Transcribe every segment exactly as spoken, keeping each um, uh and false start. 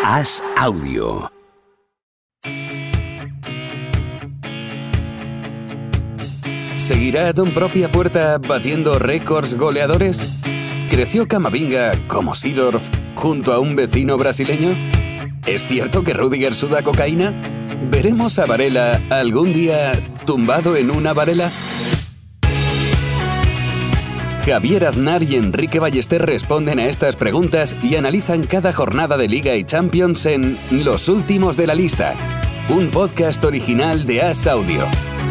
As Audio. ¿Seguirá a Tom propia puerta batiendo récords goleadores? ¿Creció Camavinga como Seedorf junto a un vecino brasileño? ¿Es cierto que Rüdiger suda cocaína? ¿Veremos a Varela algún día tumbado en una varela? Javier Aznar y Enrique Ballester responden a estas preguntas y analizan cada jornada de Liga y Champions en Los Últimos de la Lista, un podcast original de As Audio.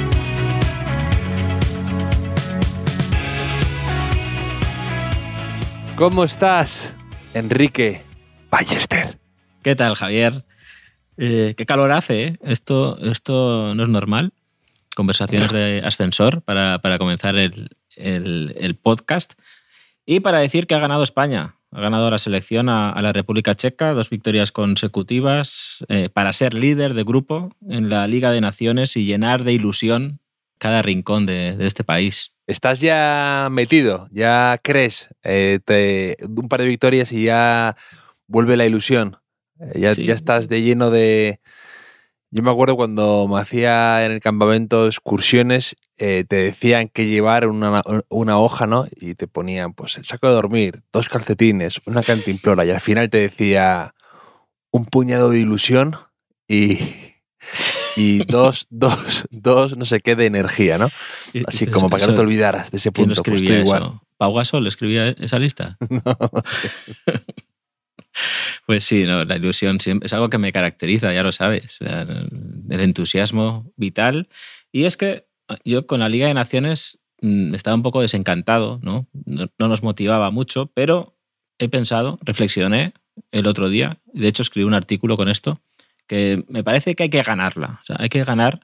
¿Cómo estás, Enrique Ballester? ¿Qué tal, Javier? Eh, qué calor hace, ¿eh? Esto, esto no es normal. Conversaciones de ascensor para, para comenzar el, el, el podcast. Y para decir que ha ganado España. Ha ganado la selección a, a la República Checa, dos victorias consecutivas eh, para ser líder de grupo en la Liga de Naciones y llenar de ilusión cada rincón de, de este país. ¿Estás ya metido? ¿Ya crees? Eh, te, un par de victorias y ya vuelve la ilusión. Eh, ya, Sí. ya estás de lleno de... Yo me acuerdo cuando me hacía en el campamento excursiones, eh, te decían que llevar una, una hoja, ¿no? Y te ponían pues el saco de dormir, dos calcetines, una cantimplora, y al final te decía un puñado de ilusión y, y dos, dos, dos, no sé qué, de energía, ¿no? Así como para que no te olvidaras de ese ¿Quién punto. lo Pues escribía estoy igual. eso? ¿Pau Gasol escribía esa lista? No. Pues sí, no, la ilusión siempre es algo que me caracteriza, ya lo sabes, el entusiasmo vital. Y es que yo con la Liga de Naciones estaba un poco desencantado, ¿no? No, no nos motivaba mucho, pero he pensado, reflexioné el otro día, de hecho escribí un artículo con esto, que me parece que hay que ganarla. O sea, hay que ganar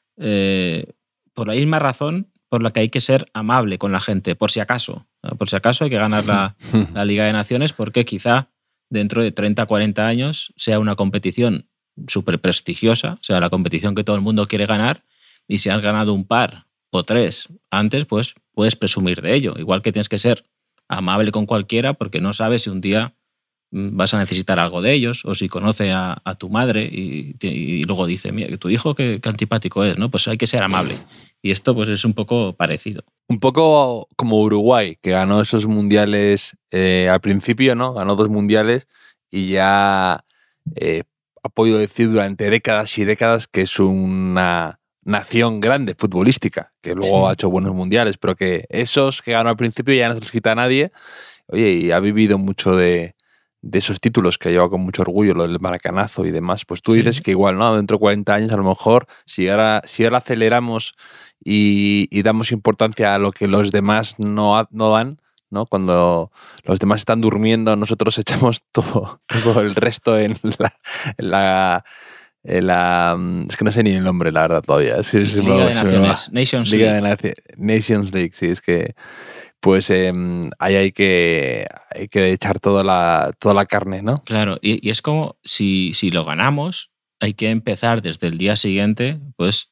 eh, por la misma razón por la que hay que ser amable con la gente, por si acaso. Por si acaso hay que ganar la, la Liga de Naciones porque quizá dentro de treinta, cuarenta años sea una competición súper prestigiosa, o sea, la competición que todo el mundo quiere ganar, y si has ganado un par o tres antes, pues puedes presumir de ello. Igual que tienes que ser amable con cualquiera porque no sabes si un día vas a necesitar algo de ellos o si conoce a, a tu madre y, y luego dice, mira, tu hijo qué, qué antipático es, ¿no? Pues hay que ser amable. Y esto pues es un poco parecido. Un poco como Uruguay, que ganó esos mundiales eh, al principio, ¿no? Ganó dos mundiales y ya eh, ha podido decir durante décadas y décadas que es una nación grande futbolística, que luego sí. ha hecho buenos mundiales, pero que esos que ganó al principio ya no se los quita a nadie. Oye, y ha vivido mucho de, de esos títulos que ha llevado con mucho orgullo, lo del maracanazo y demás. Pues tú sí. dices que igual, ¿no? Dentro de cuarenta años a lo mejor, si ahora, si ahora aceleramos y, y damos importancia a lo que los demás no, no dan, ¿no? Cuando los demás están durmiendo, nosotros echamos todo, todo el resto en la, en la, en la... Es que no sé ni el nombre, la verdad, todavía. Sí, sí, Liga me, de Naciones, Nations Liga League. De Nations League, sí, es que... Pues eh, ahí hay que, hay que echar toda la, toda la carne, ¿no? Claro, y, y es como si, si lo ganamos, hay que empezar desde el día siguiente, pues,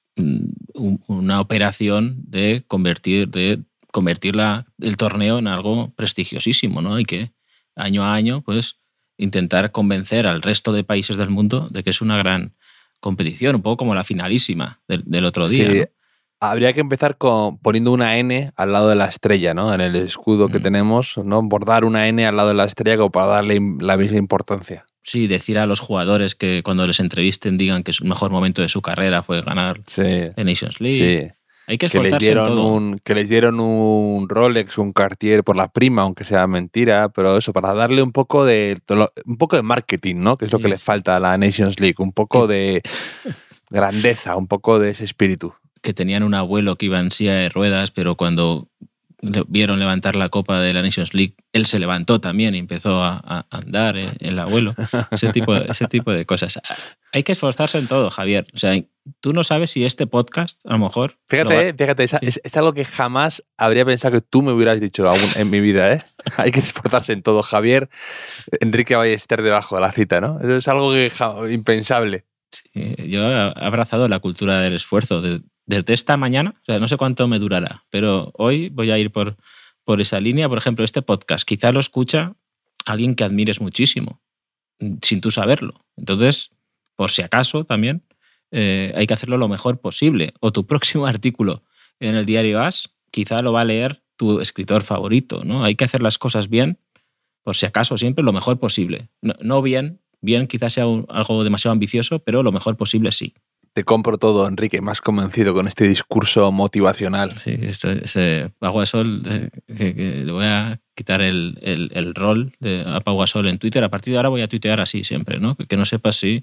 un, una operación de convertir, de convertir la, el torneo en algo prestigiosísimo, ¿no? Hay que, año a año, pues, intentar convencer al resto de países del mundo de que es una gran competición, un poco como la finalísima del, del otro día, sí. ¿no? Habría que empezar con, poniendo una N al lado de la estrella, ¿no? En el escudo que mm. tenemos, ¿no? Bordar una N al lado de la estrella como para darle la misma importancia. Sí, decir a los jugadores que cuando les entrevisten digan que el mejor momento de su carrera fue ganar sí. en Nations League. Sí. Hay que que les esforzarse dieron en todo. Un, que les dieron un Rolex, un Cartier por la prima, aunque sea mentira, pero eso, para darle un poco de un poco de marketing, ¿no? Que es lo sí, que sí. le falta a la Nations League, un poco ¿Qué? de grandeza, un poco de ese espíritu. Que tenían un abuelo que iba en silla de ruedas, pero cuando vieron levantar la copa de la Nations League, él se levantó también y empezó a, a andar, eh, el abuelo. Ese tipo, ese tipo de cosas. Hay que esforzarse en todo, Javier. O sea, tú no sabes si este podcast, a lo mejor... Fíjate, lo eh, fíjate, es, es, es algo que jamás habría pensado que tú me hubieras dicho aún en mi vida, ¿eh? Hay que esforzarse en todo, Javier. Enrique Ballester debajo de la cita, ¿no? Eso es algo que impensable. Sí, yo he abrazado la cultura del esfuerzo de, desde esta mañana, o sea, no sé cuánto me durará, pero hoy voy a ir por, por esa línea. Por ejemplo, este podcast, quizá lo escucha alguien que admires muchísimo. sin tú saberlo. Entonces, por si acaso también, eh, hay que hacerlo lo mejor posible. O tu próximo artículo en el diario As quizá lo va a leer tu escritor favorito, ¿no? Hay que hacer las cosas bien, por si acaso, siempre lo mejor posible. No, no bien, bien quizás sea un, algo demasiado ambicioso, pero lo mejor posible sí. Te compro todo, Enrique, más convencido con este discurso motivacional. Sí, esto, ese Pau Gasol, eh, que, que le voy a quitar el, el, el rol de, a Pau Gasol en Twitter. A partir de ahora voy a tuitear así siempre, ¿no? Que, que no sepas si,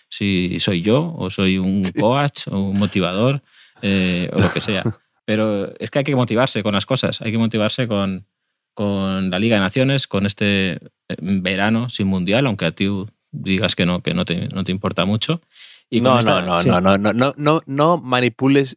si soy yo o soy un sí. coach o un motivador eh, o lo que sea. Pero es que hay que motivarse con las cosas, hay que motivarse con, con la Liga de Naciones, con este verano sin mundial, aunque a ti digas que no, que no te, no te importa mucho. Y no, esta, no, no, sí. no, no, no, no, no, no manipules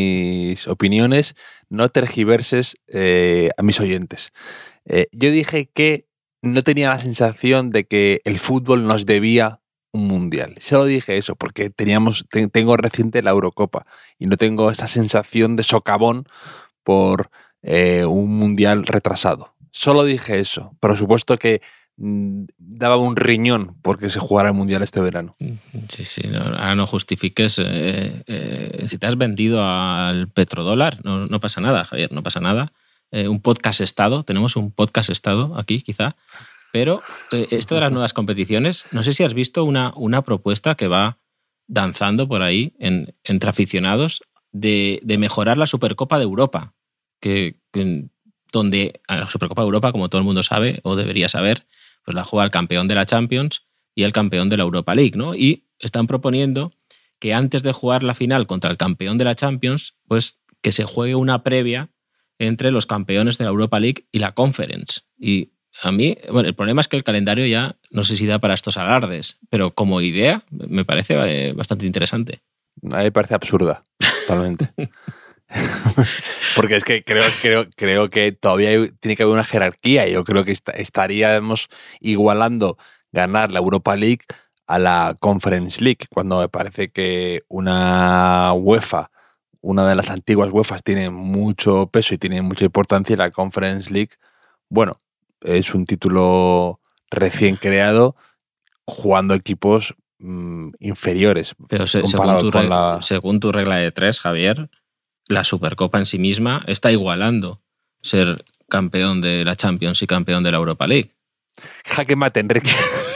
mis opiniones, no tergiverses eh, a mis oyentes. Eh, yo dije que no tenía la sensación de que el fútbol nos debía un mundial. Solo dije eso porque teníamos, te, tengo reciente la Eurocopa y no tengo esa sensación de socavón por eh, un mundial retrasado. Solo dije eso. Por supuesto que mmm, daba un riñón porque se jugara el mundial este verano. Sí, sí. No, ahora no justifiques. Eh, eh, si te has vendido al petrodólar, no, no pasa nada, Javier, no pasa nada. Eh, un podcast estado, tenemos un podcast estado aquí, quizá. Pero eh, esto de las nuevas competiciones, no sé si has visto una, una propuesta que va danzando por ahí en, entre aficionados de, de mejorar la Supercopa de Europa, que, que donde la Supercopa de Europa, como todo el mundo sabe o debería saber, pues la juega el campeón de la Champions y el campeón de la Europa League, ¿no? Y están proponiendo que antes de jugar la final contra el campeón de la Champions, pues que se juegue una previa entre los campeones de la Europa League y la Conference. Y a mí, bueno, el problema es que el calendario ya no sé si da para estos alardes, pero como idea me parece bastante interesante. A mí me parece absurda, totalmente. Porque es que creo, creo, creo que todavía hay, tiene que haber una jerarquía. Yo creo que est- estaríamos igualando ganar la Europa League a la Conference League, cuando me parece que una UEFA, una de las antiguas UEFAs, tiene mucho peso y tiene mucha importancia, y la Conference League, bueno, es un título recién creado jugando equipos mmm, inferiores. Pero se, según, tu con la... según tu regla de tres, Javier, la Supercopa en sí misma está igualando ser campeón de la Champions y campeón de la Europa League. Jaque mate, Enrique.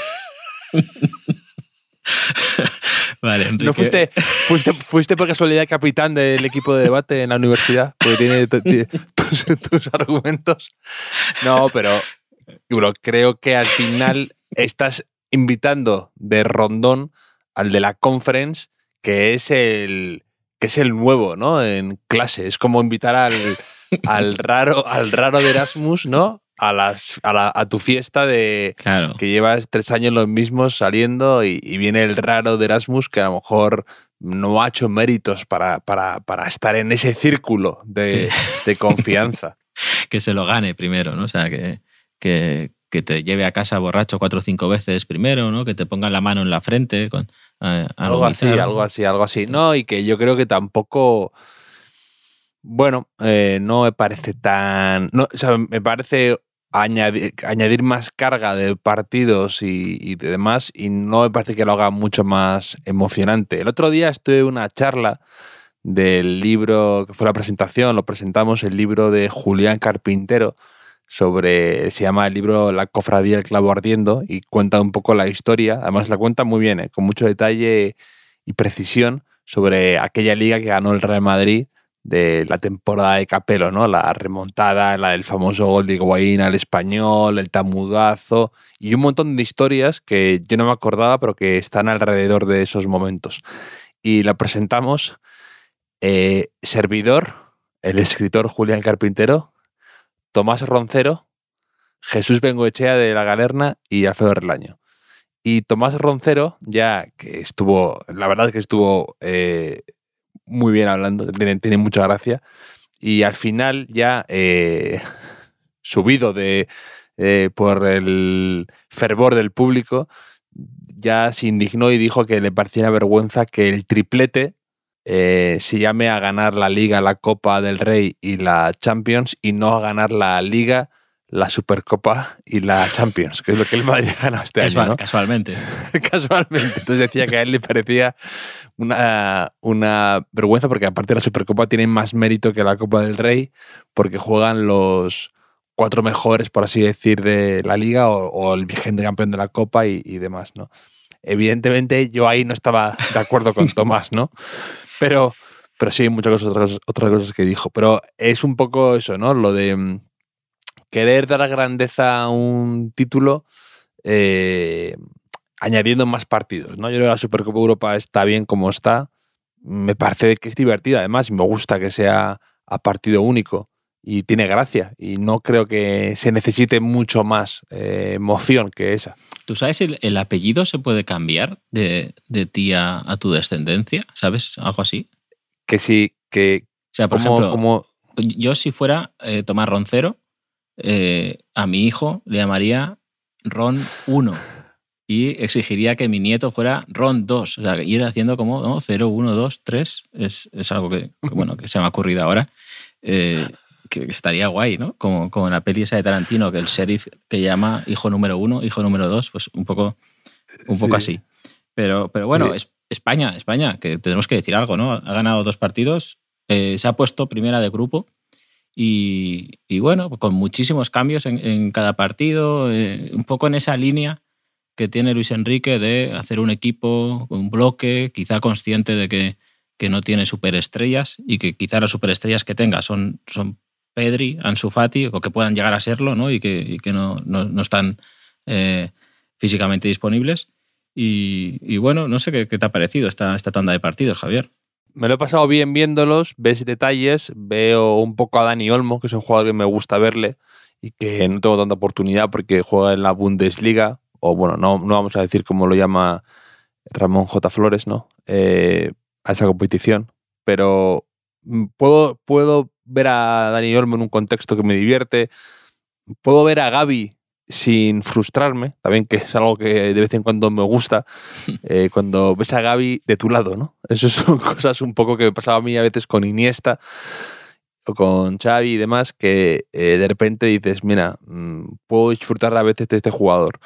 Vale, Enrique. ¿No fuiste, fuiste, fuiste por casualidad capitán del equipo de debate en la universidad? Porque tiene, tiene tus, tus argumentos. No, pero bueno, creo que al final estás invitando de rondón al de la Conference, que es el, que es el nuevo, ¿no? En clase. Es como invitar al, al, raro, al raro de Erasmus, ¿no? A, las, a, la, a tu fiesta de claro. que llevas tres años los mismos saliendo y, y viene el raro de Erasmus que a lo mejor no ha hecho méritos para, para, para estar en ese círculo de, de confianza. Que se lo gane primero, ¿no? O sea, que, que, que te lleve a casa borracho cuatro o cinco veces primero, ¿no? Que te pongan la mano en la frente. Con, eh, algo, algo así, vital. algo así, algo así. No, y que yo creo que tampoco... Bueno, eh, no me parece tan... No, o sea, me parece... Añadir, añadir más carga de partidos y, y de demás, y no me parece que lo haga mucho más emocionante. El otro día estuve en una charla del libro, que fue la presentación, lo presentamos, el libro de Julián Carpintero, sobre, se llama el libro La cofradía del clavo ardiendo, y cuenta un poco la historia, además la cuenta muy bien, ¿eh? Con mucho detalle y precisión, sobre aquella liga que ganó el Real Madrid de la temporada de Capello, ¿no? La remontada, la del famoso gol de Higuaín al Español, el tamudazo y un montón de historias que yo no me acordaba, pero que están alrededor de esos momentos. Y la presentamos, eh, servidor, el escritor Julián Carpintero, Tomás Roncero, Jesús Bengoechea de la Galerna y Alfredo Relaño. Y Tomás Roncero, ya que estuvo, la verdad es que estuvo... Eh, muy bien hablando, tiene, tiene mucha gracia, y al final ya eh, subido de, eh, por el fervor del público, ya se indignó y dijo que le parecía una vergüenza que el triplete eh, se llame a ganar la Liga, la Copa del Rey y la Champions, y no a ganar la Liga, la Supercopa y la Champions, que es lo que el Madrid ha ganado este Casual, año, ¿no? Casualmente. Casualmente. Entonces decía que a él le parecía una, una vergüenza porque aparte la Supercopa tiene más mérito que la Copa del Rey porque juegan los cuatro mejores, por así decir, de la Liga o, o el vigente campeón de la Copa y, y demás, ¿no? Evidentemente yo ahí no estaba de acuerdo con Tomás, ¿no? Pero, pero sí, muchas cosas, otras, otras cosas que dijo. Pero es un poco eso, ¿no? Lo de querer dar grandeza a un título eh, añadiendo más partidos, ¿no? Yo creo que la Supercopa Europa está bien como está. Me parece que es divertida, además, y me gusta que sea a partido único y tiene gracia. Y no creo que se necesite mucho más eh, emoción que esa. ¿Tú sabes el, el apellido se puede cambiar de, de ti a, a tu descendencia? ¿Sabes? Algo así. Que sí, que... O sea, por como, ejemplo, como... yo si fuera eh, Tomás Roncero, eh, a mi hijo le llamaría Ron uno y exigiría que mi nieto fuera Ron dos. O sea, ir haciendo como ¿no? cero, uno, dos, tres. Es, es algo que, que, bueno, que se me ha ocurrido ahora. Eh, que estaría guay, ¿no? Como, como en la peli esa de Tarantino, que el sheriff que llama hijo número uno, hijo número dos, pues un poco, un poco sí. así. Pero, pero bueno, sí. es, España, España, que tenemos que decir algo, ¿no? Ha ganado dos partidos, eh, se ha puesto primera de grupo y, y bueno, con muchísimos cambios en, en cada partido, eh, un poco en esa línea que tiene Luis Enrique de hacer un equipo, un bloque, quizá consciente de que, que no tiene superestrellas y que quizá las superestrellas que tenga son, son Pedri, Ansu Fati, o que puedan llegar a serlo, ¿no? Y que, y que no, no, no están eh, físicamente disponibles. Y, y bueno, no sé qué, qué te ha parecido esta, esta tanda de partidos, Javier. Me lo he pasado bien viéndolos, ves detalles, veo un poco a Dani Olmo, que es un jugador que me gusta verle y que no tengo tanta oportunidad porque juega en la Bundesliga, o bueno, no, no vamos a decir cómo lo llama Ramón J. Flores, ¿no? Eh, a esa competición, pero puedo, puedo ver a Dani Olmo en un contexto que me divierte, puedo ver a Gavi sin frustrarme, también que es algo que de vez en cuando me gusta, eh, cuando ves a Gavi de tu lado, ¿no? Esas son cosas un poco que me pasaba a mí a veces con Iniesta o con Xavi y demás, que eh, de repente dices, mira, mmm, puedo disfrutar a veces de este jugador.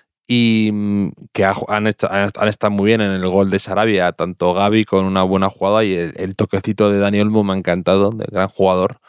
Y que han, hecho, han estado muy bien en el gol de Sarabia, tanto Gavi con una buena jugada y el, el toquecito de Dani Olmo me ha encantado, de gran jugador.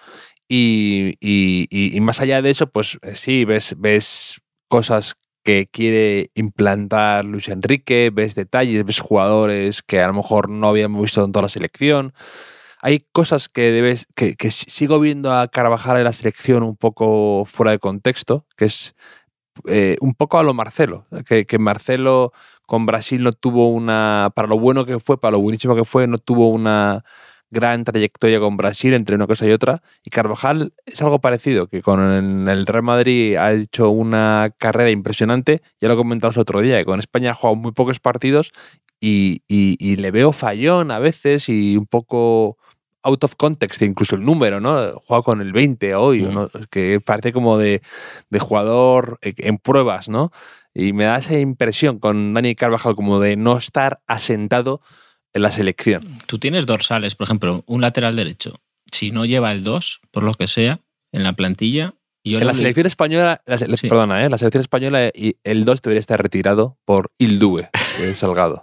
Y, y, y más allá de eso, pues sí, ves, ves cosas que quiere implantar Luis Enrique, ves detalles, ves jugadores que a lo mejor no habíamos visto en toda la selección. Hay cosas que debes que, que sigo viendo a Carvajal en la selección un poco fuera de contexto, que es Eh, un poco a lo Marcelo, que, que Marcelo con Brasil no tuvo una, para lo bueno que fue, para lo buenísimo que fue, no tuvo una gran trayectoria con Brasil entre una cosa y otra, y Carvajal es algo parecido, que con el Real Madrid ha hecho una carrera impresionante, ya lo comentamos el otro día, que con España ha jugado muy pocos partidos y, y, y le veo fallón a veces y un poco out of context, incluso el número, ¿no? Juega con el veinte hoy, mm. ¿no? Que parece como de, de jugador en pruebas, ¿no? Y me da esa impresión con Dani Carvajal como de no estar asentado en la selección. Tú tienes dorsales, por ejemplo, un lateral derecho. Si no lleva el dos, por lo que sea, en la plantilla... Yo en la selección vi... española, la, sí. perdona, ¿eh? La selección española y el dos debería estar retirado por Ildue, que es Salgado.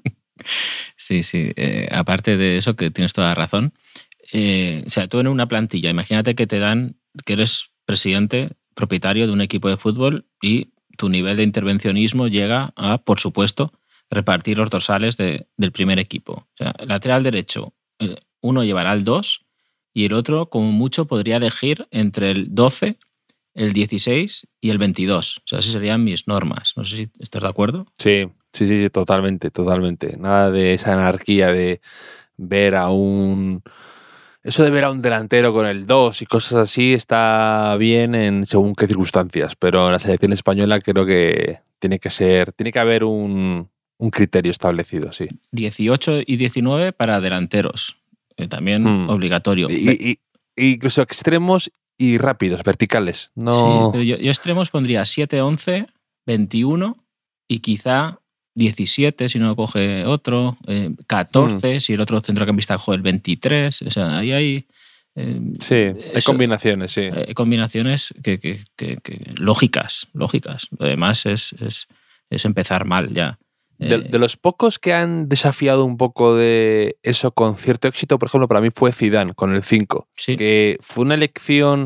Sí, sí. Eh, aparte de eso, que tienes toda la razón. Eh, o sea, tú en una plantilla, imagínate que te dan, que eres presidente, propietario de un equipo de fútbol y tu nivel de intervencionismo llega a, por supuesto, repartir los dorsales de, del primer equipo. O sea, lateral derecho, eh, uno llevará el dos y el otro, como mucho, podría elegir entre el doce, el dieciséis y el veintidós. O sea, esas serían mis normas. No sé si estás de acuerdo. Sí. Sí, sí, sí, totalmente, totalmente. Nada de esa anarquía de ver a un... Eso de ver a un delantero con el dos y cosas así está bien en según qué circunstancias, pero en la selección española creo que tiene que ser, tiene que haber un, un criterio establecido, sí. dieciocho y diecinueve para delanteros, eh, también hmm. obligatorio. Y, y, incluso extremos y rápidos, verticales. No... Sí, pero yo, yo extremos pondría siete, once, veintiuno y quizá... diecisiete si no coge otro, eh, catorce mm. si el otro centrocampista coge el veintitrés, o sea, ahí hay Eh, sí, hay eso, combinaciones, sí. Hay combinaciones que, que, que, que lógicas, lógicas. Lo demás es, es, es empezar mal ya. De, de los pocos que han desafiado un poco de eso con cierto éxito, por ejemplo, para mí fue Zidane con el cinco, sí. que fue una elección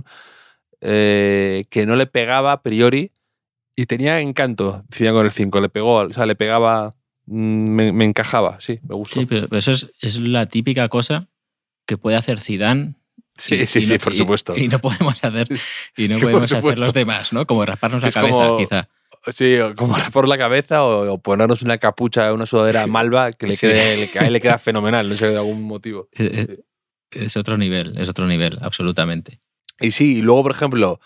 eh, que no le pegaba a priori y tenía encanto. Zidane con el cinco, le pegó, o sea, le pegaba, me, me encajaba, sí, me gustó. Sí, pero, pero eso es, es la típica cosa que puede hacer Zidane. Sí, y, sí, y sí, no, por y, supuesto. Y no podemos hacer, y no podemos hacer los demás, ¿no? Como rasparnos la es cabeza, como, quizá. Sí, como por la cabeza o, o ponernos una capucha, una sudadera malva que le quede, sí. le, a él le queda fenomenal, no sé, de algún motivo. Es, es otro nivel, es otro nivel, absolutamente. Y sí, y luego, por ejemplo,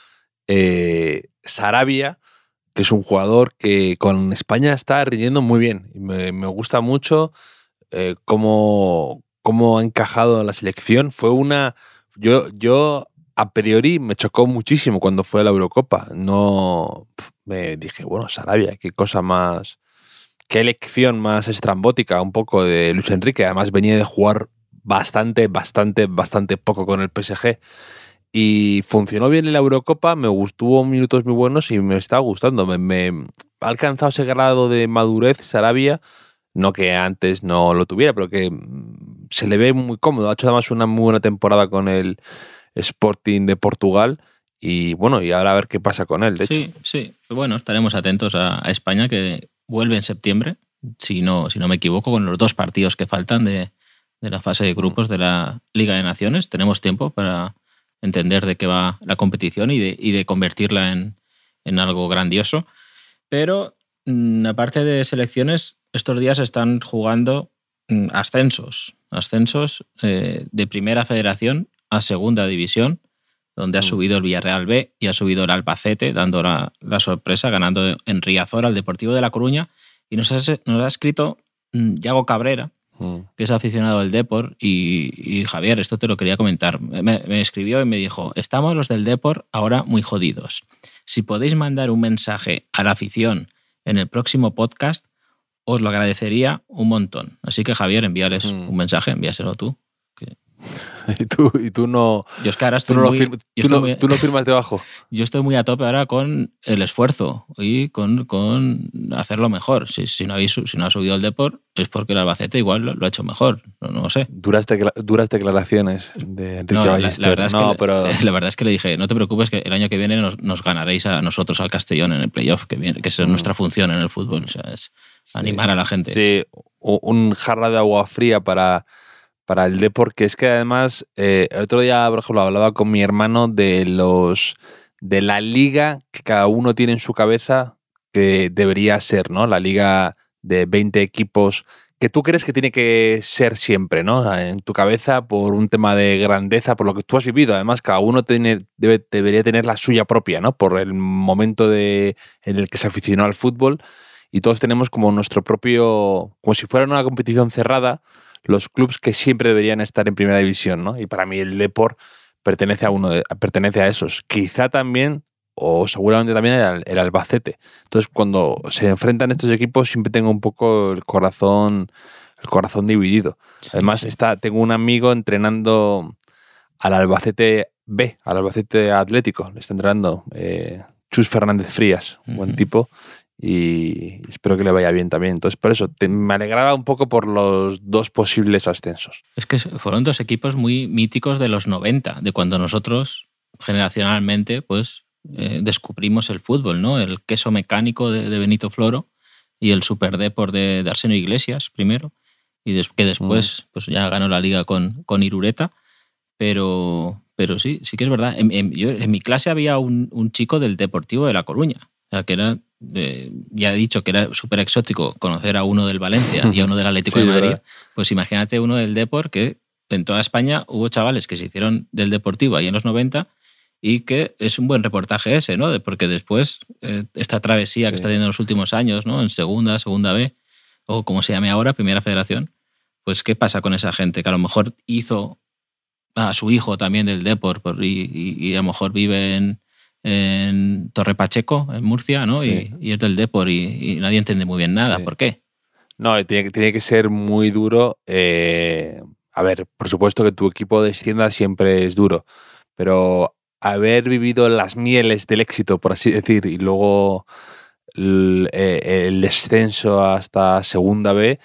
eh, Sarabia, que es un jugador que con España está rindiendo muy bien. Y me, me gusta mucho eh, cómo, cómo ha encajado en la selección. Fue una... Yo, yo a priori me chocó muchísimo cuando fue a la Eurocopa. No... Me dije, bueno, Sarabia, qué cosa más... Qué elección más estrambótica un poco de Luis Enrique. Además venía de jugar bastante, bastante, bastante poco con el P S G. Y funcionó bien en la Eurocopa, me gustó, tuvo minutos muy buenos y me está gustando. Me, me ha alcanzado ese grado de madurez Sarabia, no que antes no lo tuviera, pero que se le ve muy cómodo. Ha hecho además una muy buena temporada con el Sporting de Portugal y bueno, y ahora a ver qué pasa con él, de sí, hecho. Sí, sí. Bueno, estaremos atentos a, a España, que vuelve en septiembre, si no, si no me equivoco, con los dos partidos que faltan de, de la fase de grupos de la Liga de Naciones. Tenemos tiempo para entender de qué va la competición y de, y de convertirla en, en algo grandioso. Pero mmm, aparte de selecciones, estos días están jugando mmm, ascensos, ascensos eh, de primera federación a segunda división, donde ha subido el Villarreal B y ha subido el Albacete, dando la, la sorpresa, ganando en Riazor al Deportivo de La Coruña. Y nos ha, nos ha escrito mmm, Yago Cabrera, que es aficionado del Depor, y, y Javier, esto te lo quería comentar. Me, me escribió y me dijo, estamos los del Depor ahora muy jodidos. Si podéis mandar un mensaje a la afición en el próximo podcast, os lo agradecería un montón. Así que, Javier, envíales mm. un mensaje, envíaselo tú. Que... Y tú, y tú no. Yo es que ahora estoy tú no, muy, firma, yo tú estoy no, muy, tú no firmas debajo. Yo estoy muy a tope ahora con el esfuerzo y con, con hacerlo mejor. Si, si, no habéis, si no ha subido el Depor, es porque el Albacete igual lo, lo ha hecho mejor. No, no lo sé. Duras, decla duras declaraciones de Enrique no, Ballester. La, la, verdad no, es que, pero... la verdad es que le dije, no te preocupes, que el año que viene nos, nos ganaréis a nosotros al Castellón en el playoff, que, viene, que es mm. nuestra función en el fútbol. O sea, es sí. animar a la gente. Sí, un jarra de agua fría para... para el Depor, que es que además eh, el otro día, por ejemplo, hablaba con mi hermano de los de la liga que cada uno tiene en su cabeza que debería ser, ¿no? La liga de veinte equipos que tú crees que tiene que ser siempre, ¿no? En tu cabeza por un tema de grandeza, por lo que tú has vivido. Además, cada uno tiene, debe, debería tener la suya propia, ¿no? Por el momento de, en el que se aficionó al fútbol y todos tenemos como nuestro propio, como si fuera una competición cerrada, los clubes que siempre deberían estar en primera división, ¿no? Y para mí el Depor pertenece a uno de, pertenece a esos. Quizá también, o seguramente también el, el Albacete. Entonces, cuando se enfrentan estos equipos, siempre tengo un poco el corazón, el corazón dividido. Sí, Además, sí. Está, tengo un amigo entrenando al Albacete B, al Albacete Atlético. Le está entrenando eh, Chus Fernández Frías, un uh-huh. buen tipo. Y espero que le vaya bien también. Entonces, por eso, te, me alegraba un poco por los dos posibles ascensos. Es que fueron dos equipos muy míticos de los noventa, de cuando nosotros, generacionalmente, pues eh, descubrimos el fútbol, ¿no? El queso mecánico de, de Benito Floro y el Super Depor de, de Arsenio Iglesias, primero, y des, que después mm. pues ya ganó la liga con, con Irureta. Pero, pero sí, sí que es verdad. En, en, yo, en mi clase había un, un chico del Deportivo de La Coruña, o sea, que era... Eh, ya he dicho que era súper exótico conocer a uno del Valencia y a uno del Atlético sí, de Madrid, ¿verdad? Pues imagínate uno del Depor, que en toda España hubo chavales que se hicieron del Deportivo ahí en los noventa y que es un buen reportaje ese, ¿no? Porque después eh, esta travesía sí. que está teniendo en los últimos años, ¿no? En segunda, segunda B, o como se llame ahora, Primera Federación, pues ¿qué pasa con esa gente? Que a lo mejor hizo a su hijo también del Depor y, y, y a lo mejor vive en en Torre Pacheco, en Murcia, ¿no? Sí. Y, y es del Depor y, y nadie entiende muy bien nada. Sí. ¿Por qué? No, tiene, tiene que ser muy duro eh, a ver, por supuesto que tu equipo descienda siempre es duro, pero haber vivido las mieles del éxito, por así decir, y luego el, el descenso hasta Segunda B,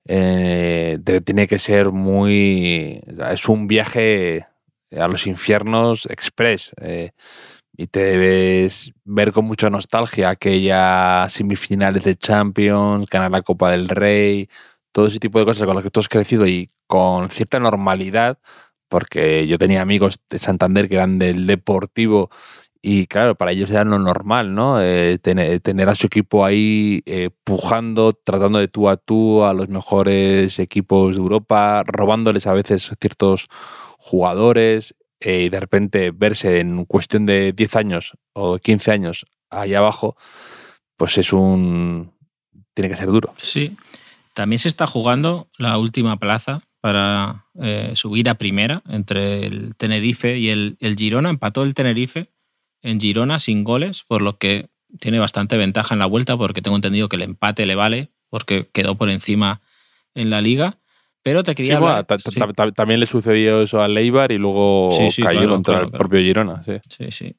eh, tiene que ser muy... Es un viaje a los infiernos express, eh, y te debes ver con mucha nostalgia aquellas semifinales de Champions, ganar la Copa del Rey, todo ese tipo de cosas con las que tú has crecido y con cierta normalidad, porque yo tenía amigos de Santander que eran del Deportivo y claro, para ellos era lo normal, ¿no? Eh, tener, tener a su equipo ahí eh, pujando, tratando de tú a tú a los mejores equipos de Europa, robándoles a veces ciertos jugadores, eh, y de repente verse en cuestión de diez años o quince años ahí abajo, pues es un... tiene que ser duro. Sí. También se está jugando la última plaza para eh, subir a primera entre el Tenerife y el, el Girona. Empató el Tenerife en Girona sin goles, por lo que tiene bastante ventaja en la vuelta, porque tengo entendido que el empate le vale, porque quedó por encima en la Liga. Pero te quería sí, hablar... bueno, sí. t- t- también le sucedió eso al Eibar y luego sí, sí, cayó claro, contra claro, el claro. propio Girona. Sí, sí. sí.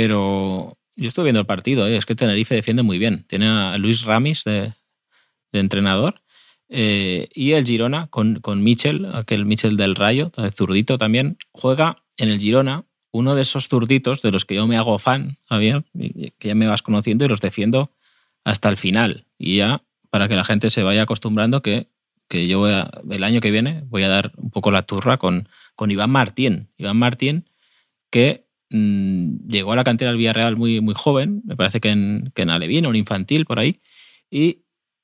Pero yo estuve viendo el partido, ¿eh? Es que Tenerife defiende muy bien. Tiene a Luis Ramis de, de entrenador. Eh, y el Girona con, con Michel, aquel Michel del Rayo, zurdito también, juega en el Girona uno de esos zurditos de los que yo me hago fan, Javier, que ya me vas conociendo y los defiendo hasta el final. Y ya, para que la gente se vaya acostumbrando que, que yo voy a, el año que viene voy a dar un poco la turra con, con Iván Martín. Iván Martín, que mmm, llegó a la cantera del Villarreal muy, muy joven, me parece que en, que en Alevín o en infantil, por ahí, y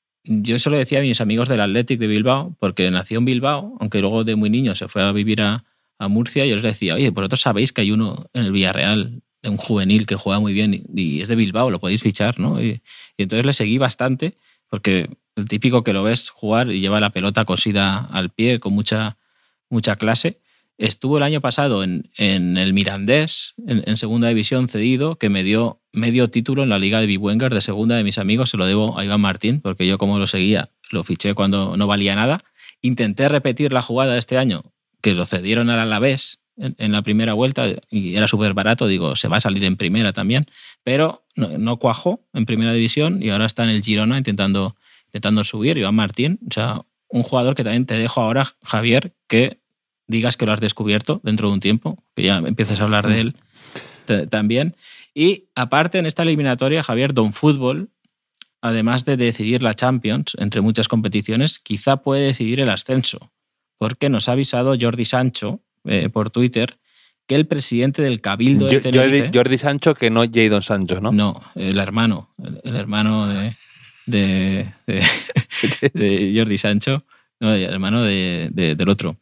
yo eso le decía a mis amigos del Athletic de Bilbao, porque nació en Bilbao, aunque luego de muy niño se fue a vivir a, a Murcia, y yo les decía, oye, vosotros sabéis que hay uno en el Villarreal, un juvenil que juega muy bien y, y es de Bilbao, lo podéis fichar, ¿no? Y, y entonces le seguí bastante, porque el típico que lo ves jugar y lleva la pelota cosida al pie con mucha, mucha clase. Estuvo el año pasado en, en el Mirandés, en, en segunda división cedido, que me dio medio título en la Liga de Biwenger de segunda de mis amigos. Se lo debo a Iván Martín, porque yo como lo seguía, lo fiché cuando no valía nada. Intenté repetir la jugada de este año, que lo cedieron al Alavés en, en la primera vuelta y era súper barato. Digo, se va a salir en primera también, pero no, no cuajó en primera división y ahora está en el Girona intentando, intentando subir. Iván Martín, o sea, un jugador que también te dejo ahora, Javier, que digas que lo has descubierto dentro de un tiempo, que ya empiezas a hablar de él t- también. Y aparte en esta eliminatoria, Javier, Don Fútbol, además de decidir la Champions, entre muchas competiciones, quizá puede decidir el ascenso, porque nos ha avisado Jordi Sancho eh, por Twitter que el presidente del Cabildo de Tenerife... Jordi, Jordi Sancho, que no Jadon Sancho, ¿no? No, el hermano, el, el hermano de, de, de, de Jordi Sancho, no, el hermano de, de, del otro.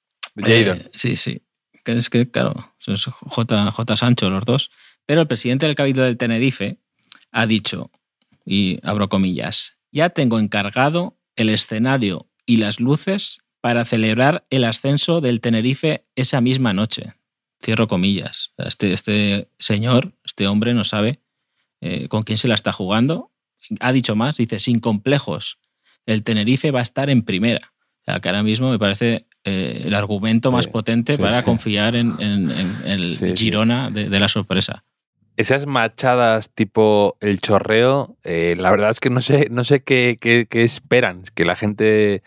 Eh, sí, sí. Que es que, claro, es J, J. Sancho los dos. Pero el presidente del Cabildo del Tenerife ha dicho, y abro comillas, ya tengo encargado el escenario y las luces para celebrar el ascenso del Tenerife esa misma noche. Cierro comillas. Este, este señor, este hombre no sabe eh, con quién se la está jugando. Ha dicho más, dice, sin complejos, el Tenerife va a estar en primera. O sea, que ahora mismo me parece... Eh, el argumento sí, más potente sí, para sí. confiar en, en, en el sí, Girona sí. De, de la sorpresa. Esas machadas tipo el chorreo, eh, la verdad es que no sé, no sé qué, qué, qué esperan, que la gente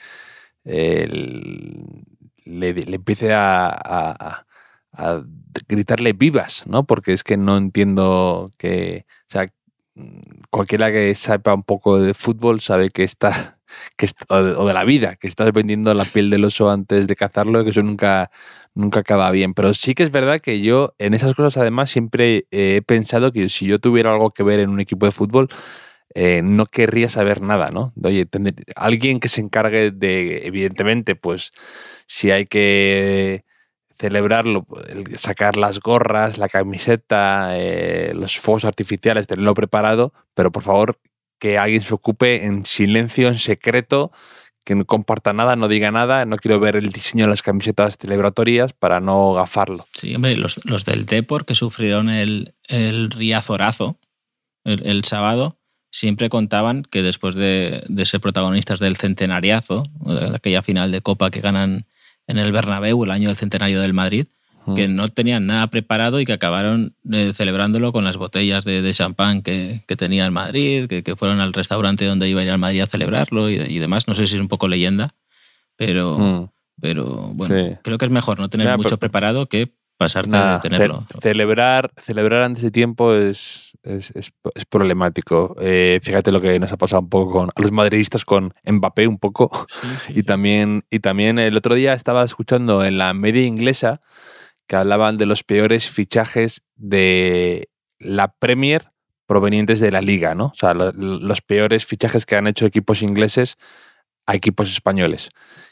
eh, le, le empiece a, a, a gritarle vivas, ¿no? Porque es que no entiendo que, o sea, cualquiera que sepa un poco de fútbol sabe que está que o de la vida, que estás vendiendo la piel del oso antes de cazarlo, que eso nunca, nunca acaba bien. Pero sí que es verdad que yo en esas cosas además siempre he pensado que si yo tuviera algo que ver en un equipo de fútbol, eh, no querría saber nada, ¿no? Oye, tener, alguien que se encargue de, evidentemente, pues si hay que celebrarlo, sacar las gorras, la camiseta, eh, los fuegos artificiales, tenerlo preparado, pero por favor que alguien se ocupe en silencio, en secreto, que no comparta nada, no diga nada. No quiero ver el diseño de las camisetas celebratorias para no gafarlo. Sí, hombre, los, los del Depor que sufrieron el, el riazorazo el, el sábado siempre contaban que después de, de ser protagonistas del centenariazo, de aquella final de Copa que ganan en el Bernabéu, el año del centenario del Madrid, mm. que no tenían nada preparado y que acabaron eh, celebrándolo con las botellas de, de champán que, que tenía el Madrid, que, que fueron al restaurante donde iba a ir al Madrid a celebrarlo y, y demás. No sé si es un poco leyenda, pero, mm. pero bueno, sí. creo que es mejor no tener Mira, mucho pero, preparado que pasarte nada, de tenerlo. Ce- celebrar, celebrar antes de tiempo es, es, es, es problemático. Eh, fíjate lo que nos ha pasado un poco con a los madridistas con Mbappé un poco. Sí, sí, y, también, y también el otro día estaba escuchando en la media inglesa que hablaban de los peores fichajes de la Premier provenientes de la Liga, ¿no? O sea, lo, los peores fichajes que han hecho equipos ingleses a equipos españoles.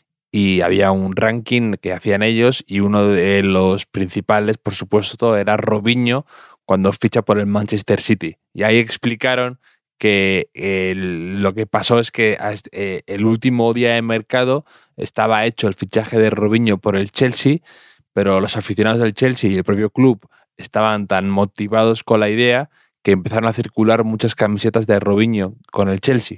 Y había un ranking que hacían ellos y uno de los principales, por supuesto, era Robinho cuando ficha por el Manchester City. Y ahí explicaron que el, lo que pasó es que eh, el último día de mercado estaba hecho el fichaje de Robinho por el Chelsea, pero los aficionados del Chelsea y el propio club estaban tan motivados con la idea que empezaron a circular muchas camisetas de Robinho con el Chelsea.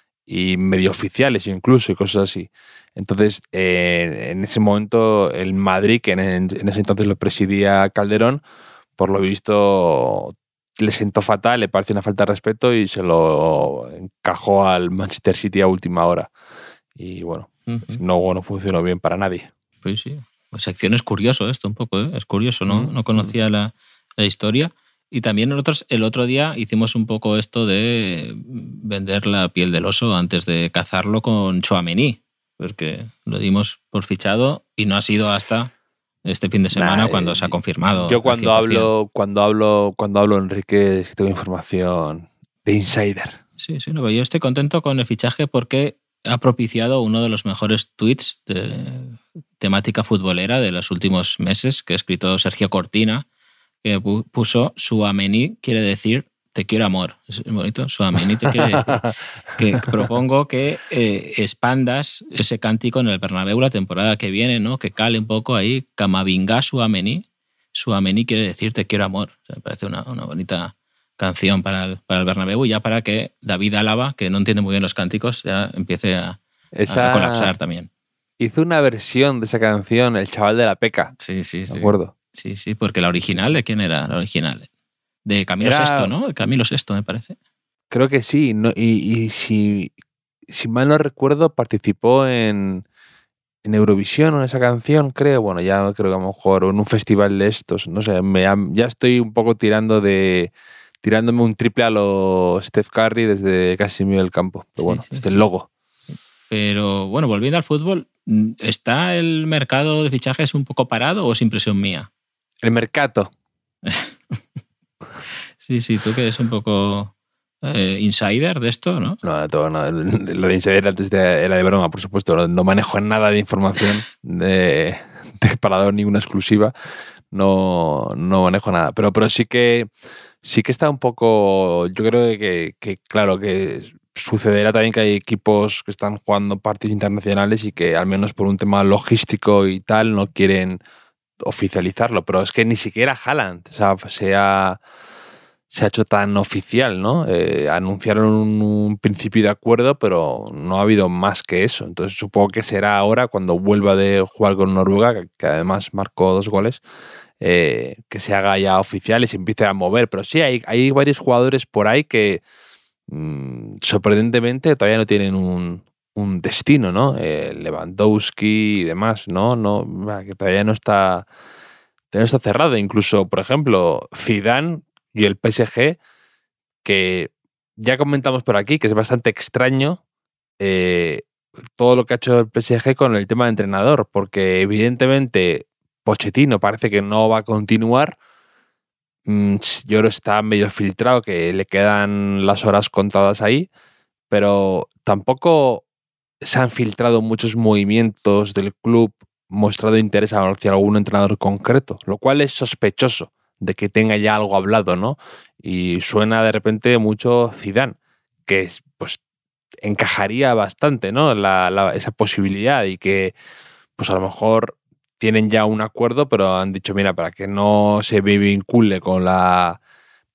Y medio oficiales incluso y cosas así. Entonces, eh, en ese momento, el Madrid, que en, en ese entonces lo presidía Calderón, por lo visto le sentó fatal, le pareció una falta de respeto y se lo encajó al Manchester City a última hora. Y bueno, uh-huh. no, no funcionó bien para nadie. Pues sí, pues sección es curioso esto un poco, ¿eh? Es curioso, ¿no? Uh-huh. No conocía la, la historia. Y también nosotros el otro día hicimos un poco esto de vender la piel del oso antes de cazarlo con Tchouaméni, porque lo dimos por fichado y no ha sido hasta este fin de semana nah, cuando se ha confirmado. Yo cuando hablo, cuando hablo, cuando hablo, Enrique, es que tengo información de insider. Sí, sí, no, pero yo estoy contento con el fichaje porque ha propiciado uno de los mejores tweets de temática futbolera de los últimos meses que ha escrito Sergio Cortina, que puso Tchouaméni quiere decir te quiero amor. Es bonito. Tchouaméni te quiere decir. Que propongo que eh, expandas ese cántico en el Bernabéu la temporada que viene, ¿no? Que cale un poco ahí. Camavinga Tchouaméni. Tchouaméni quiere decir te quiero amor. O sea, me parece una, una bonita canción para el, para el Bernabéu y ya para que David Álava, que no entiende muy bien los cánticos, ya empiece a, esa... a colapsar también. Hizo una versión de esa canción el chaval de la Peca. Sí, sí, sí. ¿De acuerdo? Sí, sí, porque la original, ¿de quién era la original? De Camilo era... Sesto, ¿no? De Camilo Sesto, me parece. Creo que sí. No, y y si, si mal no recuerdo, participó en, en Eurovisión o en esa canción, creo. Bueno, ya creo que a lo mejor en un festival de estos. No sé, me, ya estoy un poco tirando de tirándome un triple a lo Steph Curry desde casi medio del campo. Pero bueno, sí, sí, desde sí. el logo. Pero bueno, volviendo al fútbol, ¿está el mercado de fichajes un poco parado o es impresión mía? El mercado. Sí, sí, tú que eres un poco eh, insider de esto, ¿no? No, todo, no, lo de insider antes de, era de broma, por supuesto. No, no manejo nada de información de, de parador, ninguna exclusiva. No, no manejo nada. Pero, pero sí que sí que está un poco. Yo creo que, que, claro, que sucederá también que hay equipos que están jugando partidos internacionales y que, al menos por un tema logístico y tal, no quieren oficializarlo, pero es que ni siquiera Haaland, o sea, se ha, se ha hecho tan oficial, ¿no? Eh, anunciaron un, un principio de acuerdo, pero no ha habido más que eso. Entonces supongo que será ahora, cuando vuelva de jugar con Noruega, que, que además marcó dos goles, eh, que se haga ya oficial y se empiece a mover. Pero sí, hay, hay varios jugadores por ahí que mmm, sorprendentemente todavía no tienen un un destino, ¿no? Eh, Lewandowski y demás, ¿no? no que todavía no está, todavía no está cerrado. Incluso, por ejemplo, Zidane y el P S G, que ya comentamos por aquí, que es bastante extraño eh, todo lo que ha hecho el P S G con el tema de entrenador, porque evidentemente Pochettino parece que no va a continuar. Mm, yo creo que está medio filtrado, que le quedan las horas contadas ahí, pero tampoco se han filtrado muchos movimientos del club mostrado interés hacia algún entrenador concreto, lo cual es sospechoso de que tenga ya algo hablado, ¿no? Y suena de repente mucho Zidane, que pues encajaría bastante, ¿no? La, la, esa posibilidad y que pues a lo mejor tienen ya un acuerdo, pero han dicho, mira, para que no se vincule con la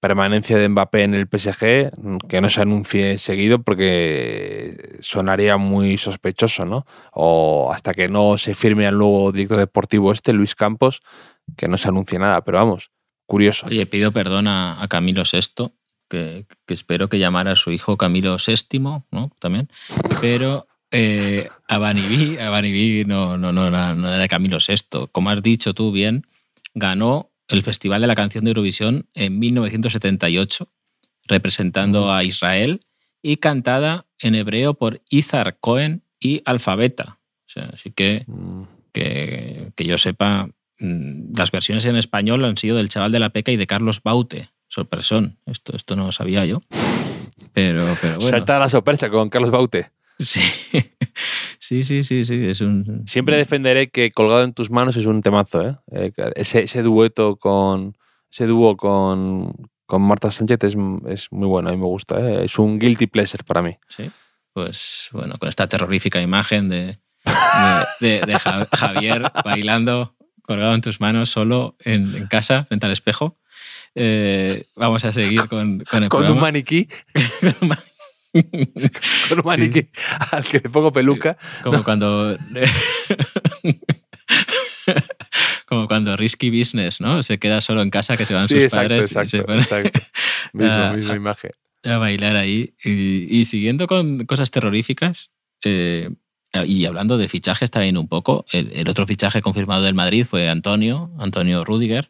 permanencia de Mbappé en el P S G, que no se anuncie seguido porque sonaría muy sospechoso, ¿no? O hasta que no se firme al nuevo director deportivo este, Luis Campos, que no se anuncie nada, pero vamos, curioso. Oye, pido perdón a, a Camilo sexto, que, que espero que llamara a su hijo Camilo séptimo, ¿no? También, pero eh, a Baniví, a Baniví no, no, no, no, no era Camilo sexto. Como has dicho tú bien, ganó el Festival de la Canción de Eurovisión en mil novecientos setenta y ocho, representando a Israel y cantada en hebreo por Izhar Cohen y Alfabeta. O sea, así que, que, que yo sepa, las versiones en español han sido del Chaval de la Peca y de Carlos Baute. Sorpresón. Esto, esto no lo sabía yo. Pero, pero bueno. Salta la sorpresa con Carlos Baute. Sí. Sí, sí, sí, sí. Es un... Siempre defenderé que Colgado en tus manos es un temazo, ¿eh? eh ese, ese dueto con. Ese dúo con, con Marta Sánchez es, es muy bueno, a mí me gusta, ¿eh? Es un guilty pleasure para mí. Sí. Pues bueno, con esta terrorífica imagen de, de, de, de Javier bailando colgado en tus manos solo en, en casa, frente al espejo. Eh, vamos a seguir con, con el con programa. Un maniquí. Con un maniquí sí. Al que le pongo peluca. Como cuando... Como cuando Risky Business, ¿no? Se queda solo en casa, que se van sí, sus exacto, padres. Exacto, y se pone exacto. Mismo, a, misma imagen. A bailar ahí. Y, y siguiendo con cosas terroríficas, eh, y hablando de fichajes también un poco, el, el otro fichaje confirmado del Madrid fue Antonio, Antonio Rüdiger,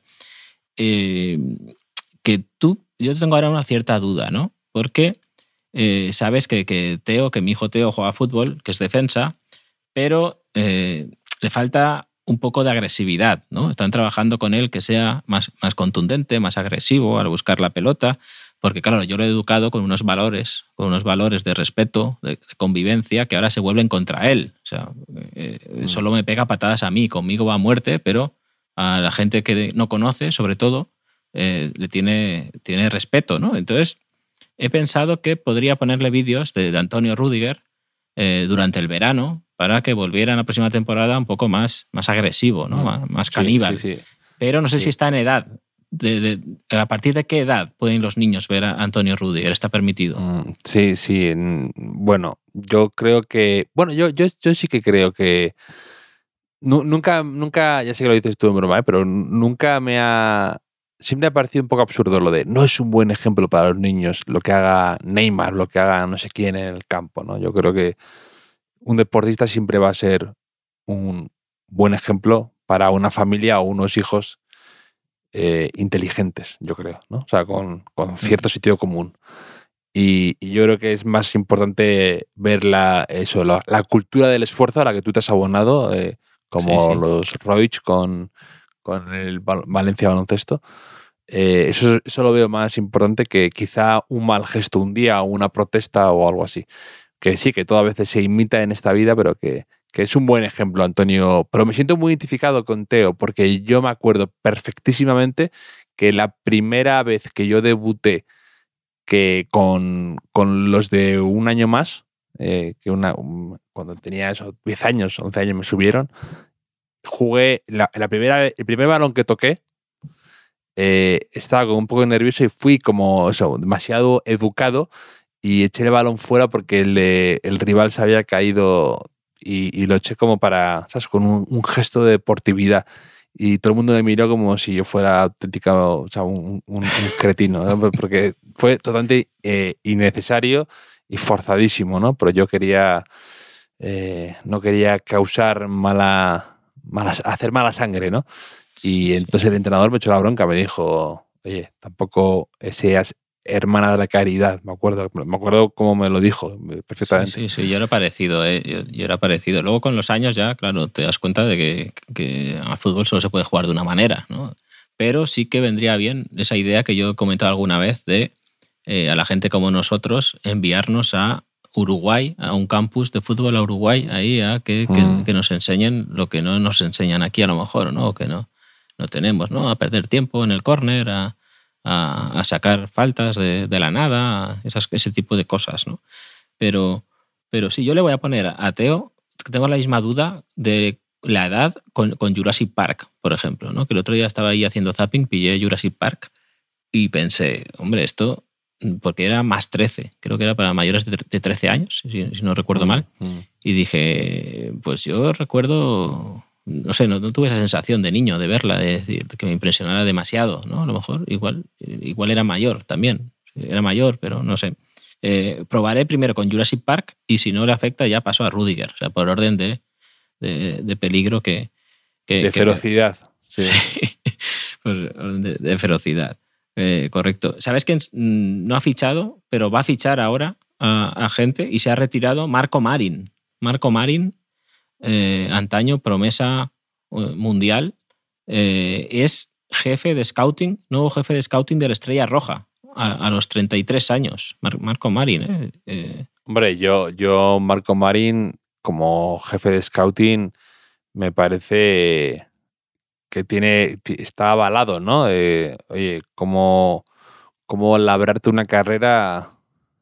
eh, que tú, yo tengo ahora una cierta duda, ¿no? Porque eh, sabes que, que Teo, que mi hijo Teo juega fútbol, que es defensa, pero eh, le falta un poco de agresividad, ¿no? Están trabajando con él que sea más, más contundente, más agresivo al buscar la pelota, porque claro, yo lo he educado con unos valores, con unos valores de respeto, de, de convivencia, que ahora se vuelven contra él. O sea, eh, solo me pega patadas a mí, conmigo va a muerte, pero a la gente que no conoce, sobre todo, eh, le tiene, tiene respeto, ¿no? Entonces, he pensado que podría ponerle vídeos de, de Antonio Rüdiger eh, durante el verano para que volviera en la próxima temporada un poco más, más agresivo, ¿no? Más, más caníbal. Sí, sí, sí. Pero no sé sí. si está en edad. De, de, ¿A partir de qué edad pueden los niños ver a Antonio Rüdiger? ¿Está permitido? Mm, sí, sí. Bueno, yo creo que... Bueno, yo, yo, yo sí que creo que... Nunca, nunca, ya sé que lo dices tú en broma, ¿eh? Pero nunca me ha... Siempre me ha parecido un poco absurdo lo de no es un buen ejemplo para los niños lo que haga Neymar, lo que haga no sé quién en el campo, ¿no? Yo creo que un deportista siempre va a ser un buen ejemplo para una familia o unos hijos eh, inteligentes, yo creo, ¿no? O sea, con, con cierto sentido común. Y, y yo creo que es más importante ver la, eso, la, la cultura del esfuerzo a la que tú te has abonado, eh, como sí, sí. los Roig con, con el Valencia Baloncesto. Eh, eso, eso lo veo más importante que quizá un mal gesto un día o una protesta o algo así. Que sí, que todas veces se imita en esta vida, pero que, que es un buen ejemplo, Antonio. Pero me siento muy identificado con Teo, porque yo me acuerdo perfectísimamente que la primera vez que yo debuté que con, con los de un año más, eh, que una, un, cuando tenía esos diez años, once años me subieron, jugué, la, la primera, el primer balón que toqué, eh, estaba como un poco nervioso y fui como eso, demasiado educado y eché el balón fuera porque el, el rival se había caído y, y lo eché como para, ¿sabes? Con un, un gesto de deportividad. Y todo el mundo me miró como si yo fuera auténtica, o sea, un, un, un cretino, ¿no? Porque fue totalmente eh, innecesario y forzadísimo, ¿no? Pero yo quería, eh, no quería causar mala, mala, hacer mala sangre, ¿no? Y entonces el entrenador me echó la bronca, me dijo, oye, tampoco seas hermana de la caridad, me acuerdo, me acuerdo cómo me lo dijo perfectamente. Sí, sí, sí, yo era parecido, ¿eh? yo, yo era parecido. Luego con los años ya, claro, te das cuenta de que, que al fútbol solo se puede jugar de una manera, ¿no? Pero sí que vendría bien esa idea que yo he comentado alguna vez de eh, a la gente como nosotros enviarnos a Uruguay, a un campus de fútbol a Uruguay, ahí a que, mm. que, que nos enseñen lo que no nos enseñan aquí a lo mejor, ¿no? O que no, no tenemos, ¿no? A perder tiempo en el córner, a A, a sacar faltas de, de la nada, esas, ese tipo de cosas, ¿no? Pero, pero sí, yo le voy a poner a Teo, tengo la misma duda de la edad con, con Jurassic Park, por ejemplo, ¿no? Que el otro día estaba ahí haciendo zapping, pillé Jurassic Park y pensé, hombre, esto, porque era más trece, creo que era para mayores de trece años, si, si no recuerdo mal. Mm. Y dije, pues yo recuerdo, no sé, no, no tuve esa sensación de niño de verla, de decir que me impresionara demasiado, ¿no? A lo mejor igual, igual era mayor también, era mayor, pero no sé. Eh, probaré primero con Jurassic Park y si no le afecta ya paso a Rudiger, o sea, por orden de, de, de peligro que... que de que ferocidad, sí. por orden de, de ferocidad, eh, correcto. ¿Sabes quién no ha fichado, pero va a fichar ahora a, a gente y se ha retirado? Marco Marin. Marco Marin, eh, antaño promesa mundial, eh, es jefe de scouting, nuevo jefe de scouting de la Estrella Roja. A, a los treinta y tres años, Mar- Marco Marin. ¿eh? Eh, Hombre, yo, yo, Marco Marín, como jefe de scouting, me parece que tiene, está avalado, ¿no? Eh, oye, ¿cómo, cómo labrarte una carrera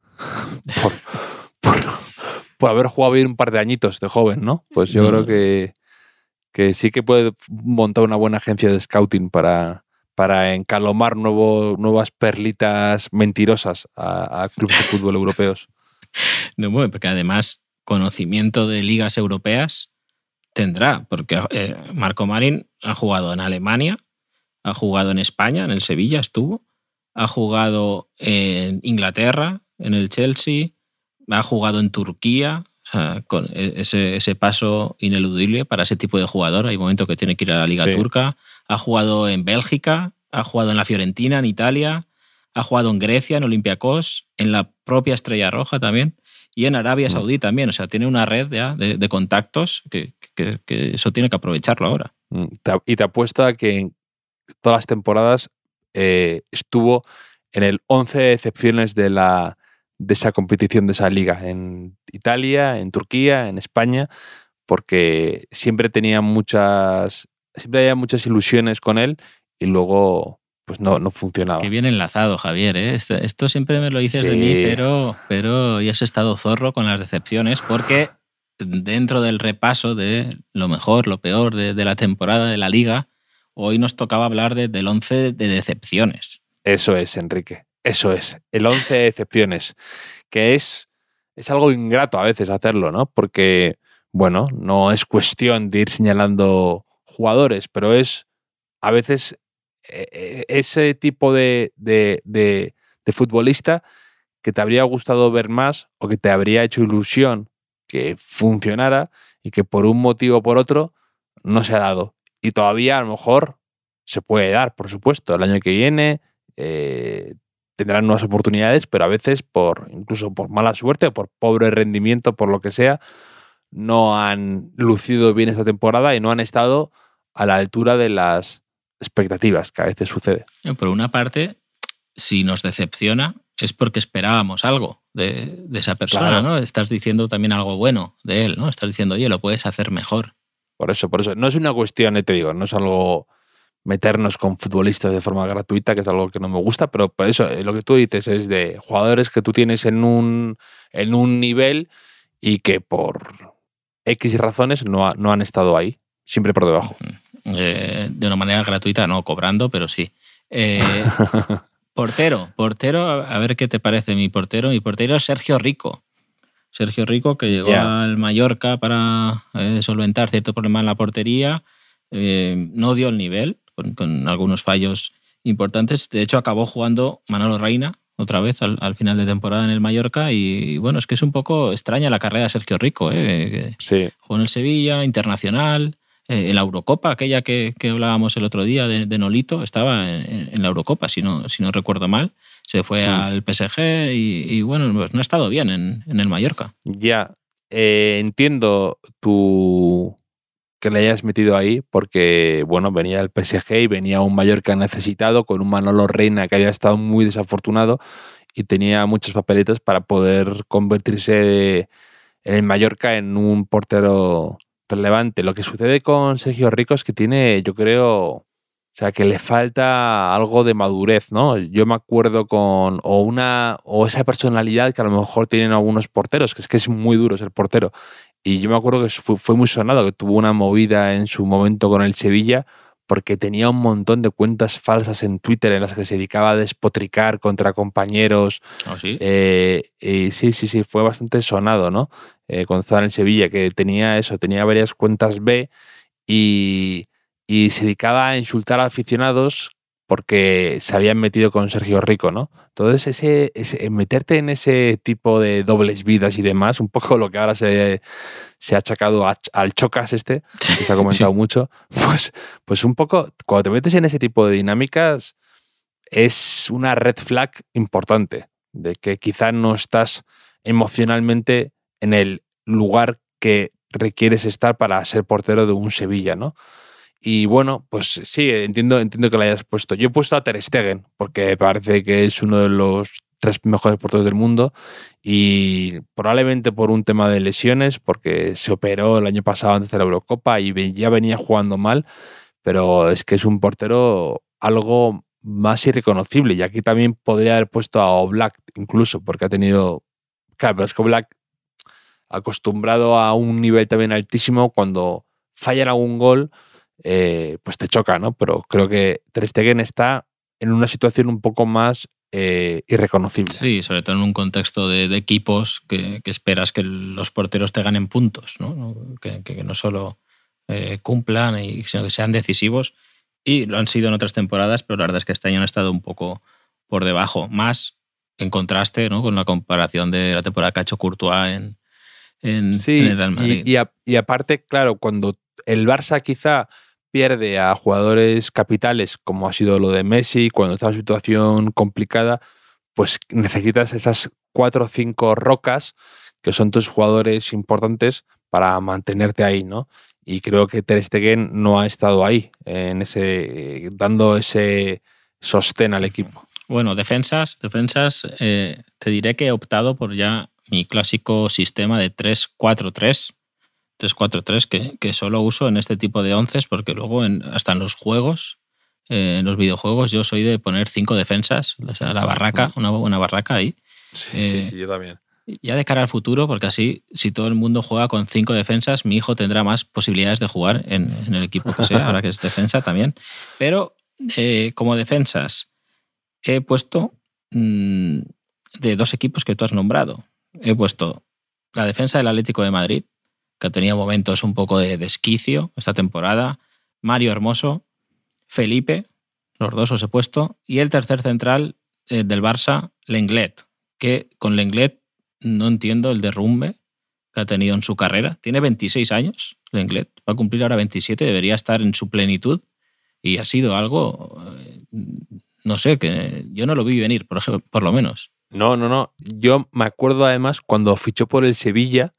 por, por, por haber jugado bien un par de añitos de joven, ¿no? Pues yo No. creo que, que sí que puede montar una buena agencia de scouting para, para encalomar nuevo, nuevas perlitas mentirosas a, a clubes de fútbol europeos. no, bueno, porque además conocimiento de ligas europeas tendrá, porque eh, Marco Marin ha jugado en Alemania, ha jugado en España, en el Sevilla estuvo, ha jugado en Inglaterra, en el Chelsea, ha jugado en Turquía. O sea, con ese, ese paso ineludible para ese tipo de jugador. Hay momentos que tiene que ir a la Liga Sí. Turca. Ha jugado en Bélgica, ha jugado en la Fiorentina, en Italia, ha jugado en Grecia, en Olympiacos, en la propia Estrella Roja también, y en Arabia Saudí mm. también. O sea, tiene una red ya de, de contactos que, que, que eso tiene que aprovecharlo ahora. Y te apuesto a que en todas las temporadas eh, estuvo en el once excepciones de la de esa competición, de esa liga, en Italia, en Turquía, en España, porque siempre tenía muchas, siempre había muchas ilusiones con él y luego pues no, no funcionaba. Qué bien enlazado, Javier, ¿eh? Esto, esto siempre me lo dices sí. de mí, pero, pero ya has estado zorro con las decepciones, porque dentro del repaso de lo mejor, lo peor de, de la temporada de la liga, hoy nos tocaba hablar de, del once de decepciones. Eso es, Enrique. Eso es, el once de decepciones, que es, es algo ingrato a veces hacerlo, ¿no? Porque, bueno, no es cuestión de ir señalando jugadores, pero es a veces ese tipo de, de, de, de futbolista que te habría gustado ver más o que te habría hecho ilusión que funcionara y que por un motivo o por otro no se ha dado. Y todavía a lo mejor se puede dar, por supuesto, el año que viene eh, tendrán nuevas oportunidades, pero a veces por incluso por mala suerte o por pobre rendimiento, por lo que sea, no han lucido bien esta temporada y no han estado a la altura de las expectativas, que a veces sucede. Por una parte, si nos decepciona es porque esperábamos algo de, de esa persona, claro. ¿no? Estás diciendo también algo bueno de él, ¿no? Estás diciendo, oye, lo puedes hacer mejor. Por eso, por eso. No es una cuestión, te digo, no es algo meternos con futbolistas de forma gratuita, que es algo que no me gusta, pero por eso lo que tú dices es de jugadores que tú tienes en un, en un nivel y que por X razones no, ha, no han estado ahí, siempre por debajo. Eh, de una manera gratuita, no cobrando, pero sí. Eh, portero, portero, a ver qué te parece mi portero. Mi portero es Sergio Rico. Sergio Rico, que llegó yeah. al Mallorca para eh, solventar cierto problema en la portería, eh, no dio el nivel, con, con algunos fallos importantes. De hecho, acabó jugando Manolo Reina otra vez al, al final de temporada en el Mallorca y, bueno, es que es un poco extraña la carrera de Sergio Rico. Eh, sí. Jugó en el Sevilla, internacional, eh, en la Eurocopa, aquella que, que hablábamos el otro día de, de Nolito, estaba en, en la Eurocopa, si no, si no recuerdo mal. Se fue mm. al P S G y, y, bueno, pues no ha estado bien en, en el Mallorca. Ya, eh, entiendo tu... que le hayas metido ahí porque, bueno, venía del P S G y venía un Mallorca necesitado con un Manolo Reina que había estado muy desafortunado y tenía muchas papeletas para poder convertirse en el Mallorca en un portero relevante. Lo que sucede con Sergio Rico es que tiene, yo creo, o sea, que le falta algo de madurez, ¿no? Yo me acuerdo con o una o esa personalidad que a lo mejor tienen algunos porteros, que es que es muy duro ser portero. Y yo me acuerdo que fue, fue muy sonado, que tuvo una movida en su momento con el Sevilla porque tenía un montón de cuentas falsas en Twitter en las que se dedicaba a despotricar contra compañeros. ¿Oh, sí? Eh, y sí, sí, sí, fue bastante sonado, ¿no? Eh, cuando estaba en Sevilla, que tenía eso, tenía varias cuentas B y, y se dedicaba a insultar a aficionados porque se habían metido con Sergio Rico, ¿no? Entonces, ese, ese, meterte en ese tipo de dobles vidas y demás, un poco lo que ahora se, se ha achacado a, al Chocas este, que se ha comentado sí. mucho, pues, pues un poco, cuando te metes en ese tipo de dinámicas, es una red flag importante, de que quizás no estás emocionalmente en el lugar que requieres estar para ser portero de un Sevilla, ¿no? Y bueno, pues sí, entiendo, entiendo que lo hayas puesto. Yo he puesto a Ter Stegen porque me parece que es uno de los tres mejores porteros del mundo y probablemente por un tema de lesiones, porque se operó el año pasado antes de la Eurocopa y ya venía jugando mal, pero es que es un portero algo más irreconocible. Y aquí también podría haber puesto a Oblak incluso, porque ha tenido... Claro, pero es que Oblak, acostumbrado a un nivel también altísimo, cuando fallan algún gol... Eh, pues te choca, ¿no? Pero creo que Ter Stegen está en una situación un poco más eh, irreconocible. Sí, sobre todo en un contexto de, de equipos que, que esperas que los porteros te ganen puntos, ¿no? Que, que no solo eh, cumplan, y, sino que sean decisivos. Y lo han sido en otras temporadas, pero la verdad es que este año han estado un poco por debajo. Más en contraste, ¿no? Con la comparación de la temporada que ha hecho Courtois en, en, sí, en el Real Madrid. Y, y, a, y aparte, claro, cuando el Barça quizá pierde a jugadores capitales, como ha sido lo de Messi, cuando está en una situación complicada, pues necesitas esas cuatro o cinco rocas que son tus jugadores importantes para mantenerte ahí, ¿no? Y creo que Ter Stegen no ha estado ahí, en ese, dando ese sostén al equipo. Bueno, defensas, defensas, eh, te diré que he optado por ya mi clásico sistema de tres cuatro tres. tres cuatro tres que, que solo uso en este tipo de onces porque luego en, hasta en los juegos, eh, en los videojuegos, yo soy de poner cinco defensas, o sea, la barraca, una buena barraca ahí. Sí, eh, sí, sí, yo también. Ya de cara al futuro, porque así, si todo el mundo juega con cinco defensas, mi hijo tendrá más posibilidades de jugar en, en el equipo que sea, ahora que es defensa también. Pero eh, como defensas he puesto mmm, de dos equipos que tú has nombrado. He puesto la defensa del Atlético de Madrid, que ha tenido momentos un poco de desquicio esta temporada, Mario Hermoso, Felipe, los dos os he puesto, y el tercer central eh, del Barça, Lenglet, que con Lenglet no entiendo el derrumbe que ha tenido en su carrera. Tiene veintiséis años, Lenglet, va a cumplir ahora veintisiete, debería estar en su plenitud, y ha sido algo, eh, no sé, que yo no lo vi venir, por ejemplo, por lo menos. No, no, no. Yo me acuerdo además cuando fichó por el Sevilla.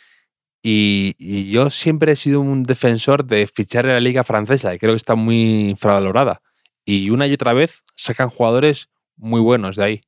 Y, y yo siempre he sido un defensor de fichar en la liga francesa y creo que está muy infravalorada. Y una y otra vez sacan jugadores muy buenos de ahí.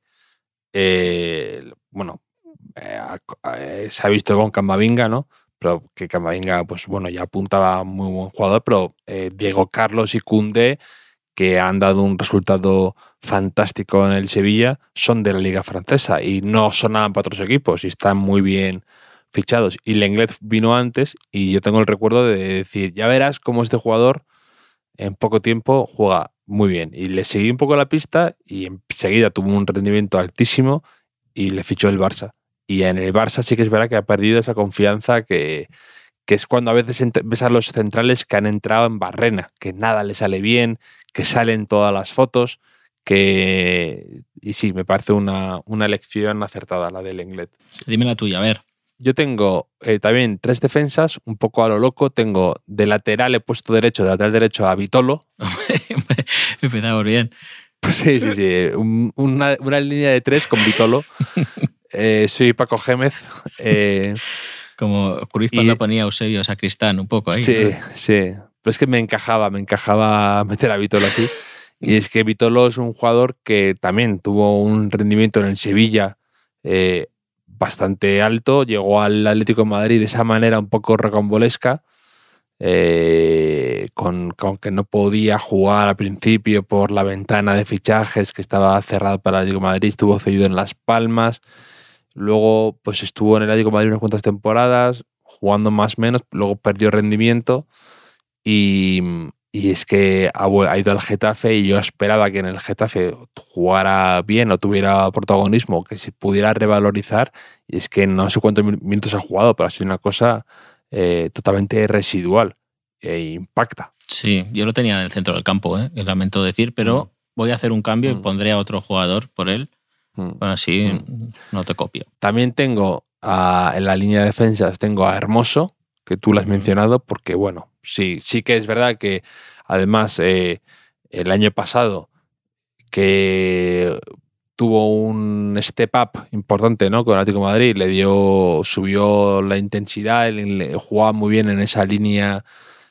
Eh, bueno, eh, eh, se ha visto con Camavinga, ¿no? Pero que Camavinga, pues bueno, ya apuntaba muy buen jugador, pero eh, Diego Carlos y Koundé, que han dado un resultado fantástico en el Sevilla, son de la liga francesa y no sonaban para otros equipos y están muy bien fichados. Y Lenglet vino antes y yo tengo el recuerdo de decir, ya verás cómo este jugador en poco tiempo juega muy bien. Y le seguí un poco la pista y enseguida tuvo un rendimiento altísimo y le fichó el Barça. Y en el Barça sí que es verdad que ha perdido esa confianza que, que es cuando a veces ves a los centrales que han entrado en barrena, que nada le sale bien, que salen todas las fotos, que... Y sí, me parece una, una elección acertada la de Lenglet. Dime la tuya, a ver. Yo tengo eh, también tres defensas, un poco a lo loco. Tengo de lateral, he puesto derecho, de lateral derecho a Vitolo. Empezamos bien. Pues sí, sí, sí. Un, una, una línea de tres con Vitolo. eh, soy Paco Gémez. Eh, Como Cruyff cuando ponía Eusebio Sacristán, un poco ahí. Sí, ¿no? sí. Pero es que me encajaba, me encajaba meter a Vitolo así. Y es que Vitolo es un jugador que también tuvo un rendimiento en el Sevilla eh, bastante alto, llegó al Atlético de Madrid de esa manera un poco rocambolesca, eh, con, con que no podía jugar al principio por la ventana de fichajes que estaba cerrada para el Atlético de Madrid, estuvo cedido en Las Palmas, luego pues estuvo en el Atlético de Madrid unas cuantas temporadas, jugando más o menos, luego perdió rendimiento y, y es que ha, ha ido al Getafe y yo esperaba que en el Getafe jugara bien o tuviera protagonismo, que se pudiera revalorizar, y es que no sé cuántos minutos ha jugado, pero ha sido una cosa eh, totalmente residual e impacta. Sí, yo lo tenía en el centro del campo, ¿eh? Lamento decir, pero mm. voy a hacer un cambio mm. y pondré a otro jugador por él, mm. para así mm. no te copio. También tengo a, en la línea de defensas tengo a Hermoso, que tú lo has mm. mencionado, porque bueno, sí, sí que es verdad que además eh, el año pasado que tuvo un step up importante, ¿no? Con el Atlético de Madrid, le dio, subió la intensidad, le, jugaba muy bien en esa línea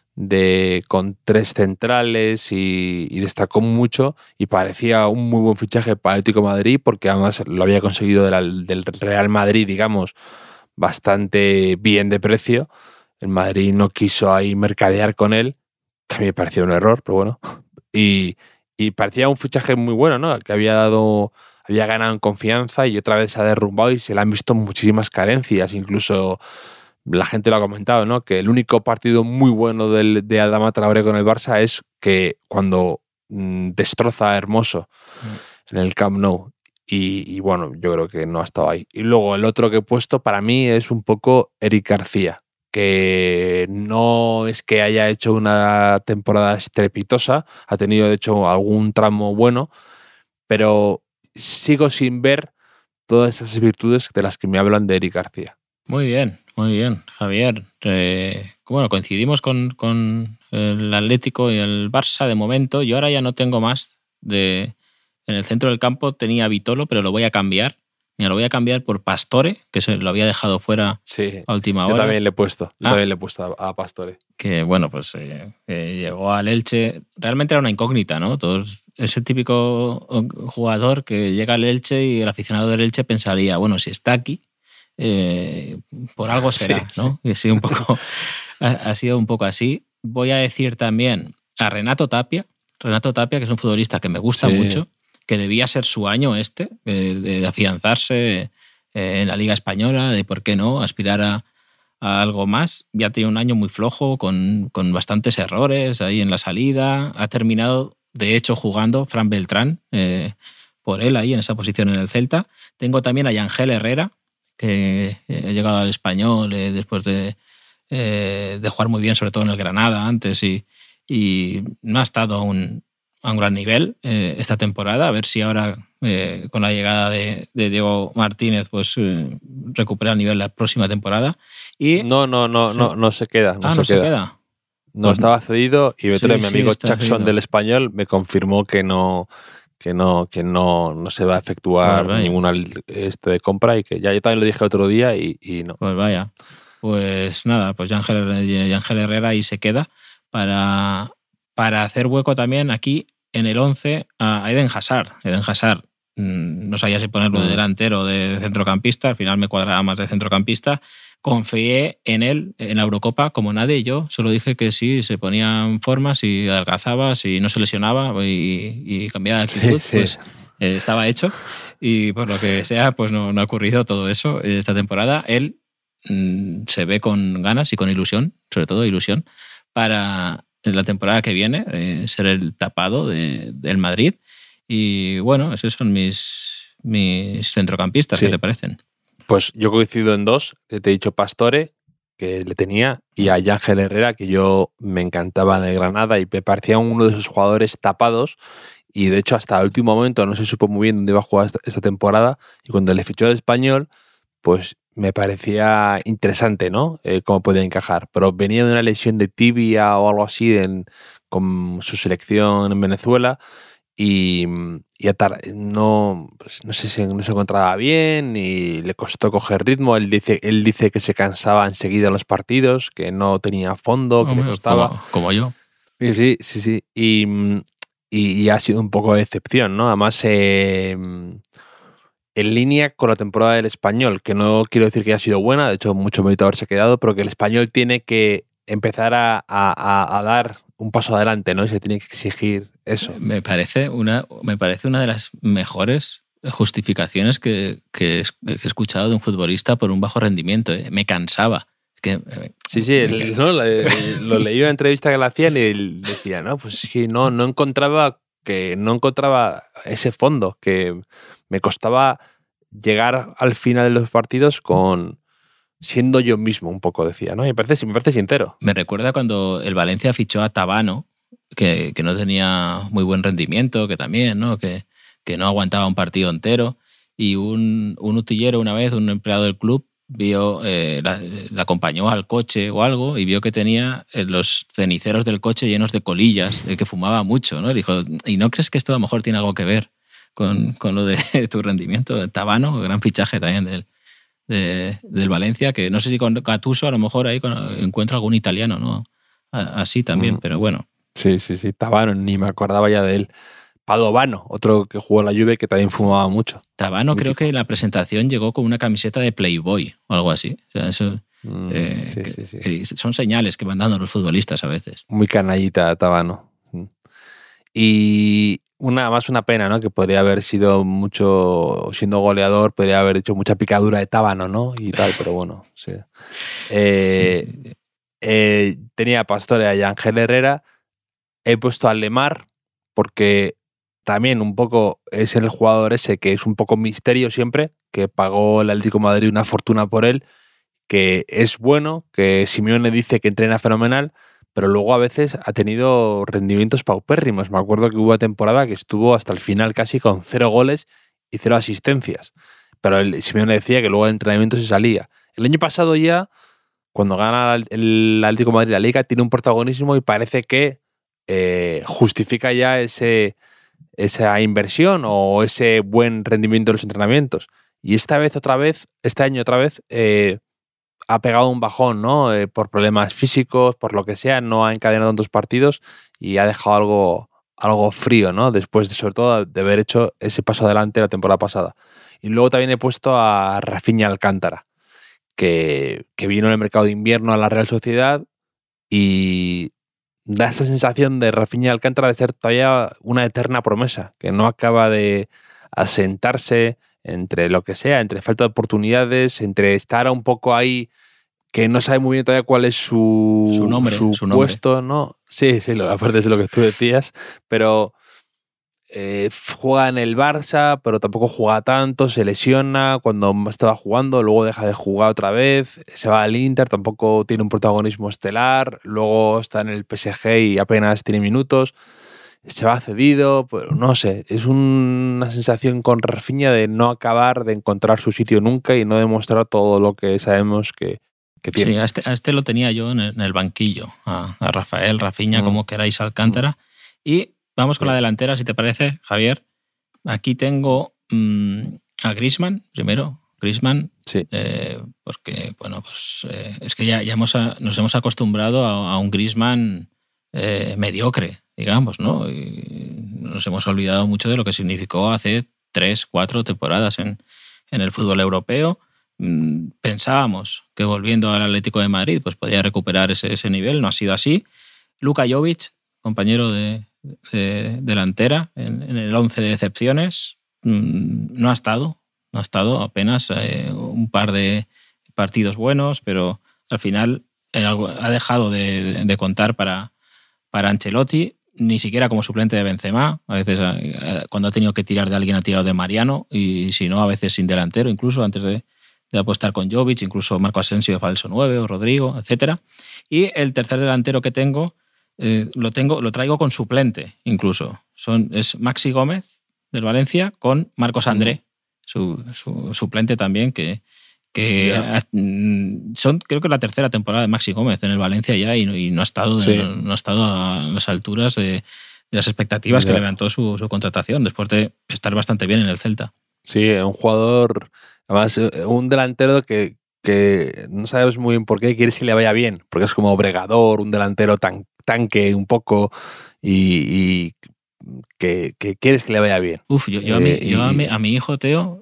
de con tres centrales y, y destacó mucho y parecía un muy buen fichaje para el Atlético de Madrid, porque además lo había conseguido de la, del Real Madrid, digamos, bastante bien de precio. El Madrid no quiso ahí mercadear con él, que a mí me pareció un error, pero bueno. Y, y parecía un fichaje muy bueno, ¿no? Que había dado, había ganado en confianza y otra vez se ha derrumbado y se le han visto muchísimas carencias. Incluso la gente lo ha comentado, ¿no? Que el único partido muy bueno del, de Adama Traoré con el Barça es que cuando mmm, destroza a Hermoso mm. en el Camp Nou. Y, y bueno, yo creo que no ha estado ahí. Y luego el otro que he puesto para mí es un poco Eric García, que no es que haya hecho una temporada estrepitosa, ha tenido de hecho algún tramo bueno, pero sigo sin ver todas esas virtudes de las que me hablan de Eric García. Muy bien, muy bien, Javier. Eh, bueno, coincidimos con, con el Atlético y el Barça de momento. Yo ahora ya no tengo más de... En el centro del campo tenía a Vitolo, pero lo voy a cambiar. Mira, lo voy a cambiar por Pastore, que se lo había dejado fuera sí, a última hora. Yo también le he puesto, yo ah, también le he puesto a, a Pastore. Que bueno, pues eh, eh, llegó al Elche. Realmente era una incógnita, ¿no? Todos, es el típico jugador que llega al Elche y el aficionado del Elche pensaría, bueno, si está aquí, eh, por algo será, sí, ¿no? Sí. Y sí, un poco, ha, ha sido un poco así. Voy a decir también a Renato Tapia. Renato Tapia, que es un futbolista que me gusta sí. mucho, que debía ser su año este, de, de afianzarse en la Liga Española, de por qué no, aspirar a, a algo más. Ya tiene un año muy flojo, con, con bastantes errores ahí en la salida. Ha terminado, de hecho, jugando Fran Beltrán, eh, por él ahí en esa posición en el Celta. Tengo también a Yangel Herrera, que ha llegado al Español eh, después de, eh, de jugar muy bien, sobre todo en el Granada antes, y, y no ha estado aún a un gran nivel eh, esta temporada. A ver si ahora eh, con la llegada de, de Diego Martínez pues eh, recupera el nivel la próxima temporada. Y no, no, no, no, no se queda. No ah, se no queda. se queda. No, pues, estaba cedido y Beto, sí, mi amigo sí, Jackson cedido. Del Español me confirmó que no, que no, que no, no se va a efectuar pues ninguna este de compra y que ya yo también lo dije otro día y, y no. Pues vaya. Pues nada, pues Yangel Herrera ahí se queda para... para hacer hueco también aquí en el once a Eden Hazard. Eden Hazard, no sabía si ponerlo de delantero o de centrocampista, al final me cuadraba más de centrocampista. Confié en él en la Eurocopa como nadie. Yo solo dije que sí, se ponía en forma, si adelgazaba, si no se lesionaba y, y cambiaba de actitud, sí, sí. pues eh, estaba hecho. Y por lo que sea, pues no, no ha ocurrido todo eso esta temporada. Él mmm, se ve con ganas y con ilusión, sobre todo ilusión, para... en la temporada que viene, eh, ser el tapado de, del Madrid. Y bueno, esos son mis, mis centrocampistas, sí. ¿Qué te parecen? Pues yo coincido en dos. Te he dicho Pastore, que le tenía, y a Yangel Herrera, que yo me encantaba de Granada y me parecía uno de esos jugadores tapados. Y de hecho, hasta el último momento no se supo muy bien dónde iba a jugar esta, esta temporada. Y cuando le fichó el Español, pues me parecía interesante, ¿no? Eh, cómo podía encajar. Pero venía de una lesión de tibia o algo así en, con su selección en Venezuela y, y atar, no, pues no sé si no se encontraba bien y le costó coger ritmo. Él dice, él dice que se cansaba enseguida en los partidos, que no tenía fondo, que oh, le costaba. Como, como yo. Sí, sí, sí. sí. Y, y, y ha sido un poco de excepción, ¿no? Además, eh, en línea con la temporada del Español, que no quiero decir que haya sido buena, de hecho mucho mérito haberse quedado, pero que el Español tiene que empezar a, a, a dar un paso adelante, ¿no? Y se tiene que exigir eso. Me parece una, me parece una de las mejores justificaciones que, que he escuchado de un futbolista por un bajo rendimiento. ¿eh? Me cansaba. Que, sí, sí, el, no, lo, lo leí en una entrevista que le hacían y él decía, no, pues sí, no, no encontraba que no encontraba ese fondo, que me costaba llegar al final de los partidos con siendo yo mismo un poco, decía, ¿no? Y me parece, me parece sincero. Me recuerda cuando el Valencia fichó a Tabano, que, que no tenía muy buen rendimiento, que también, ¿no? Que, que no aguantaba un partido entero, y un, un utillero una vez, un empleado del club, vio, eh, la, la acompañó al coche o algo y vio que tenía los ceniceros del coche llenos de colillas, de que fumaba mucho, ¿no? Y dijo, ¿y no crees que esto a lo mejor tiene algo que ver con, con lo de tu rendimiento? Tabano, gran fichaje también del, de, del Valencia, que no sé si con Gattuso a lo mejor ahí encuentra algún italiano, ¿no? Así también, mm. pero bueno. Sí, sí, sí, Tabano, ni me acordaba ya de él. Padovano, otro que jugó en la Juve que también fumaba mucho. Tabano creo que en la presentación llegó con una camiseta de Playboy o algo así. O sea, eso, mm, eh, sí, que, sí, sí. Que son señales que van dando los futbolistas a veces. Muy canallita Tabano. Y una más una pena, ¿no? Que podría haber sido mucho, siendo goleador, podría haber hecho mucha picadura de Tabano, ¿no? Y tal, pero bueno, sí. Eh, sí, sí. Eh, tenía a Pastore y a Ángel Herrera. He puesto a Lemar porque también un poco es el jugador ese que es un poco misterio siempre, que pagó el Atlético de Madrid una fortuna por él, que es bueno, que Simeone dice que entrena fenomenal, pero luego a veces ha tenido rendimientos paupérrimos. Me acuerdo que hubo una temporada que estuvo hasta el final casi con cero goles y cero asistencias. Pero el Simeone decía que luego el entrenamiento se salía. El año pasado ya, cuando gana el Atlético de Madrid la Liga, tiene un protagonismo y parece que eh, justifica ya ese... esa inversión o ese buen rendimiento de los entrenamientos. Y esta vez otra vez, este año otra vez, eh, ha pegado un bajón, ¿no? Eh, por problemas físicos, por lo que sea, no ha encadenado tantos partidos y ha dejado algo, algo frío, ¿no? Después, de, sobre todo, de haber hecho ese paso adelante la temporada pasada. Y luego también he puesto a Rafinha Alcántara, que, que vino en el mercado de invierno a la Real Sociedad y da esta sensación de Rafinha Alcántara de ser todavía una eterna promesa, que no acaba de asentarse entre lo que sea, entre falta de oportunidades, entre estar un poco ahí, que no sabe muy bien todavía cuál es su, su, nombre, su, su puesto, nombre. ¿no? Sí, sí, lo, aparte de lo que tú decías, pero eh, juega en el Barça, pero tampoco juega tanto, se lesiona cuando estaba jugando, luego deja de jugar otra vez, se va al Inter, tampoco tiene un protagonismo estelar, luego está en el P S G y apenas tiene minutos, se va cedido, pero no sé, es una sensación con Rafinha de no acabar de encontrar su sitio nunca y no demostrar todo lo que sabemos que, que tiene. Sí, a este, a este lo tenía yo en el, en el banquillo, a, a Rafael, Rafinha, mm. como queráis, Alcántara, mm. y vamos con la delantera, si te parece, Javier. Aquí tengo mmm, a Griezmann, primero. Griezmann, sí. eh, porque, bueno, pues eh, es que ya, ya hemos a, nos hemos acostumbrado a, a un Griezmann eh, mediocre, digamos, ¿no? Y nos hemos olvidado mucho de lo que significó hace tres, cuatro temporadas en, en el fútbol europeo. Mm, pensábamos que volviendo al Atlético de Madrid pues podía recuperar ese, ese nivel, no ha sido así. Luka Jovic, compañero de De delantera en, en el once de excepciones, no ha estado no ha estado apenas eh, un par de partidos buenos, pero al final ha dejado de, de contar para, para Ancelotti, ni siquiera como suplente de Benzema. A veces cuando ha tenido que tirar de alguien ha tirado de Mariano, y si no a veces sin delantero, incluso antes de, de apostar con Jovic, incluso Marco Asensio de falso nueve o Rodrigo, etcétera. Y el tercer delantero que tengo Eh, lo tengo, lo traigo con suplente, incluso. Son, es Maxi Gómez del Valencia con Marcos André, su, su suplente también, que, que yeah. son, creo que es la tercera temporada de Maxi Gómez en el Valencia ya, y, y no ha estado, sí. no, no ha estado a las alturas de, de las expectativas yeah. que levantó su, su contratación, después de estar bastante bien en el Celta. Sí, un jugador, además un delantero que que no sabes muy bien por qué quieres que le vaya bien, porque es como bregador, un delantero tan tanque un poco y, y que, que quieres que le vaya bien. Uf, yo, yo, a, mi, eh, yo y, a, mi, a mi hijo Teo,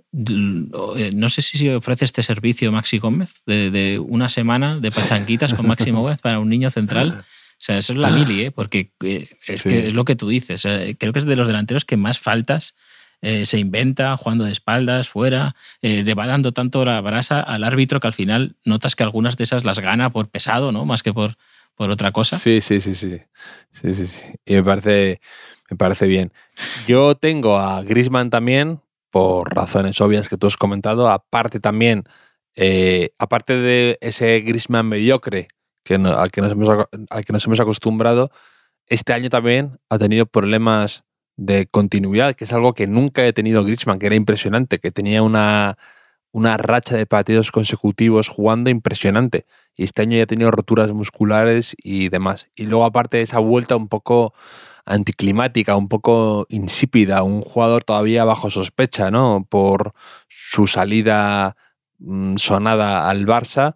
no sé si ofrece este servicio Maxi Gómez de, de una semana de pachanquitas con Maxi Gómez para un niño central. O sea, eso es la mili, ¿eh? Porque es, sí. que es lo que tú dices. Creo que es de los delanteros que más faltas eh, se inventa, jugando de espaldas, fuera, eh, le va dando tanto la brasa al árbitro que al final notas que algunas de esas las gana por pesado, ¿no? Más que por, por otra cosa. Sí, sí, sí, sí. Sí, sí, sí. Y me parece, me parece bien. Yo tengo a Griezmann también, por razones obvias que tú has comentado. Aparte también, eh, aparte de ese Griezmann mediocre que no, al, que nos hemos, al que nos hemos acostumbrado, este año también ha tenido problemas de continuidad, que es algo que nunca he tenido Griezmann, que era impresionante, que tenía una, una racha de partidos consecutivos jugando impresionante. Y este año ya ha tenido roturas musculares y demás. Y luego aparte de esa vuelta un poco anticlimática, un poco insípida, un jugador todavía bajo sospecha, ¿no? Por su salida mmm, sonada al Barça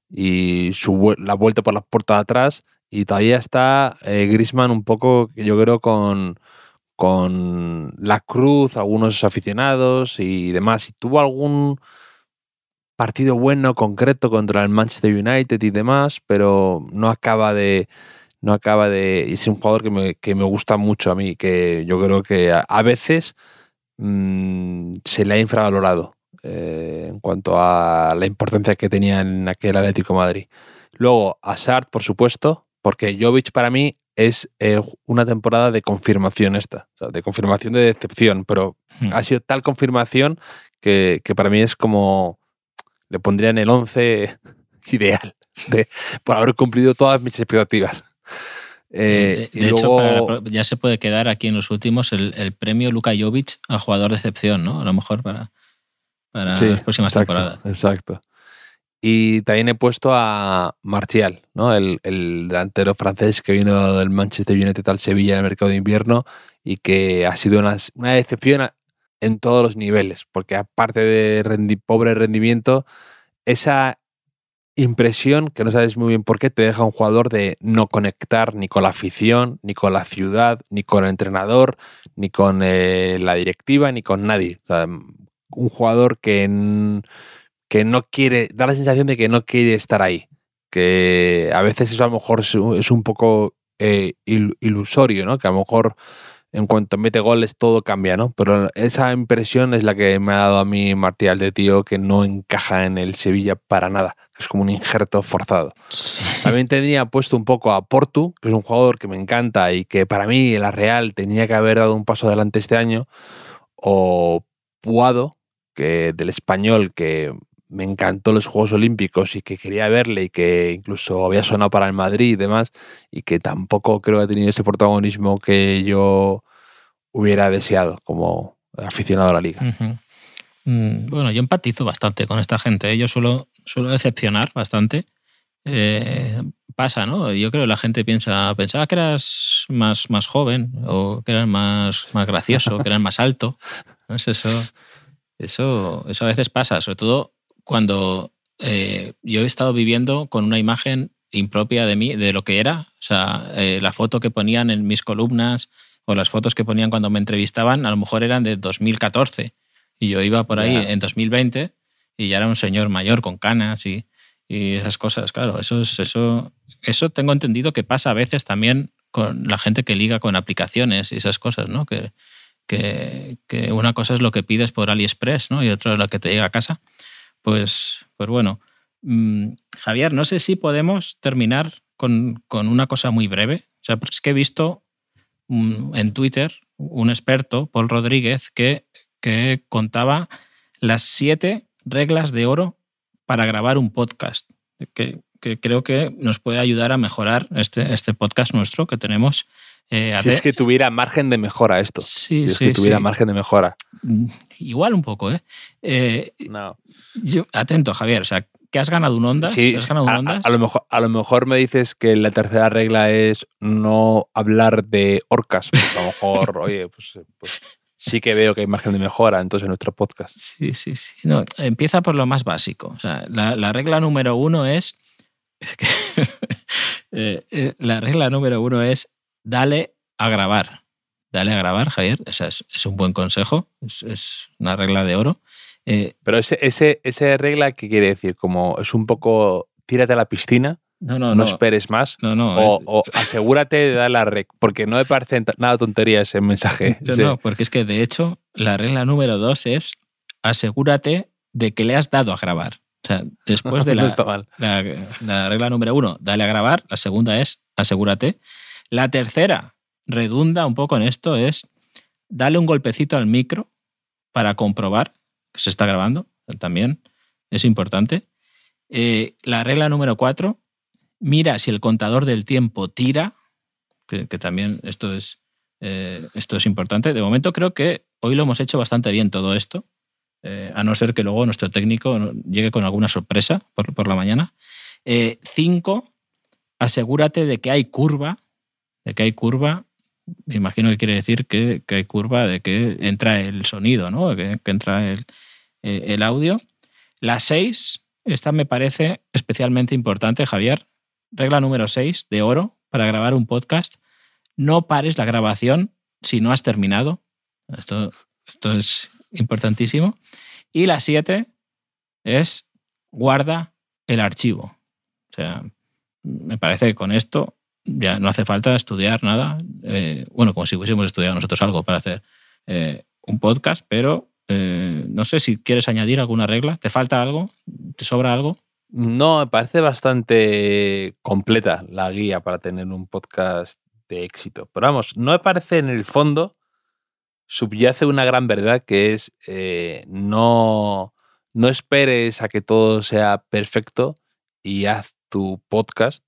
y su, la vuelta por la puerta de atrás. Y todavía está eh, Griezmann un poco, yo creo, con, con la cruz, algunos aficionados y demás. Y tuvo algún partido bueno, concreto, contra el Manchester United y demás, pero no acaba de... No acaba de... Es un jugador que me, que me gusta mucho a mí, que yo creo que a, a veces mmm, se le ha infravalorado eh, en cuanto a la importancia que tenía en aquel Atlético de Madrid. Luego, Hazard, por supuesto, porque Jovic para mí es eh, una temporada de confirmación esta, o sea, de confirmación de decepción, pero hmm. ha sido tal confirmación que, que para mí es como... Le pondría en el once ideal, de, por haber cumplido todas mis expectativas. Eh, de de luego... hecho, para la, ya se puede quedar aquí en los últimos el, el premio Luka Jovic a jugador de excepción, ¿no? A lo mejor para, para sí, las próximas exacto, temporadas. Exacto. Y también he puesto a Martial, ¿no? El, el delantero francés que vino del Manchester United al Sevilla en el mercado de invierno y que ha sido una, una decepción en todos los niveles, porque aparte de rendi, pobre rendimiento, esa impresión, que no sabes muy bien por qué, te deja un jugador de no conectar ni con la afición, ni con la ciudad, ni con el entrenador, ni con eh, la directiva, ni con nadie. O sea, un jugador que, en, que no quiere, da la sensación de que no quiere estar ahí. Que a veces eso a lo mejor es un poco eh, ilusorio, ¿no? Que a lo mejor en cuanto mete goles todo cambia, ¿no? Pero esa impresión es la que me ha dado a mí Martial, de tío que no encaja en el Sevilla para nada. Es como un injerto forzado. Sí. También tenía puesto un poco a Portu, que es un jugador que me encanta y que para mí la Real tenía que haber dado un paso adelante este año. O Puado, que del Español, que me encantó los Juegos Olímpicos y que quería verle y que incluso había sonado para el Madrid y demás, y que tampoco creo que ha tenido ese protagonismo que yo hubiera deseado como aficionado a la liga. Uh-huh. Mm, bueno, yo empatizo bastante con esta gente. Yo suelo, suelo decepcionar bastante. Eh, pasa, ¿no? Yo creo que la gente piensa, pensaba que eras más, más joven o que eras más, más gracioso, que eras más alto. ¿No es eso? Eso, eso a veces pasa, sobre todo cuando eh, yo he estado viviendo con una imagen impropia de mí, de lo que era. O sea, eh, la foto que ponían en mis columnas o las fotos que ponían cuando me entrevistaban, a lo mejor eran de dos mil catorce. Y yo iba por ahí yeah. en dos mil veinte y ya era un señor mayor con canas y, y esas cosas. Claro, eso, es, eso, eso tengo entendido que pasa a veces también con la gente que liga con aplicaciones y esas cosas, ¿no? Que, que, que una cosa es lo que pides por AliExpress, ¿no? Y otra es la que te llega a casa. Pues, pues bueno, mmm, Javier, no sé si podemos terminar con, con una cosa muy breve. O sea, es que he visto um, en Twitter un experto, Paul Rodríguez, que, que contaba las siete reglas de oro para grabar un podcast, que, que creo que nos puede ayudar a mejorar este, este podcast nuestro que tenemos. Eh, si es que tuviera margen de mejora esto. Sí, si es sí, que tuviera sí. margen de mejora. Igual un poco, ¿eh? eh no. Yo, atento, Javier. O sea, ¿que has ganado un Ondas? Sí, ¿Has ganado un a, Ondas? A, a, lo mejor, a lo mejor me dices que la tercera regla es no hablar de orcas. Pues a lo mejor, oye, pues, pues sí que veo que hay margen de mejora entonces en nuestro podcast. Sí, sí, sí. No, empieza por lo más básico. O sea, la, la regla número uno es... es que, eh, eh, la regla número uno es dale a grabar. Dale a grabar, Javier. O sea, es, es un buen consejo. Es, es una regla de oro. Eh, Pero ese, ese, esa regla, ¿qué quiere decir? Como es un poco tírate a la piscina, no, no, no, no. esperes más, no, no, o, es... o asegúrate de dar la rec, porque no me parece nada tontería ese mensaje. No, ese... no, porque es que de hecho la regla número dos es asegúrate de que le has dado a grabar. O sea, después de la, no está mal. la, la regla número uno, dale a grabar. La segunda es asegúrate. La tercera redunda un poco en esto, es dale un golpecito al micro para comprobar que se está grabando. También es importante. Eh, la regla número cuatro, mira si el contador del tiempo tira, que, que también esto es, eh, esto es importante. De momento creo que hoy lo hemos hecho bastante bien todo esto, eh, a no ser que luego nuestro técnico llegue con alguna sorpresa por, por la mañana. Eh, cinco, asegúrate de que hay curva, de que hay curva, me imagino que quiere decir que, que hay curva, de que entra el sonido, ¿no? que, que entra el, eh, el audio. La seis, esta me parece especialmente importante, Javier. Regla número seis, de oro, para grabar un podcast. No pares la grabación si no has terminado. Esto, esto es importantísimo. Y la siete es guarda el archivo. O sea, me parece que con esto ya no hace falta estudiar nada. Eh, bueno, como si hubiésemos estudiado nosotros algo para hacer eh, un podcast, pero eh, no sé si quieres añadir alguna regla. ¿Te falta algo? ¿Te sobra algo? No, me parece bastante completa la guía para tener un podcast de éxito. Pero vamos, no me parece en el fondo subyace una gran verdad que es eh, no, no esperes a que todo sea perfecto y haz tu podcast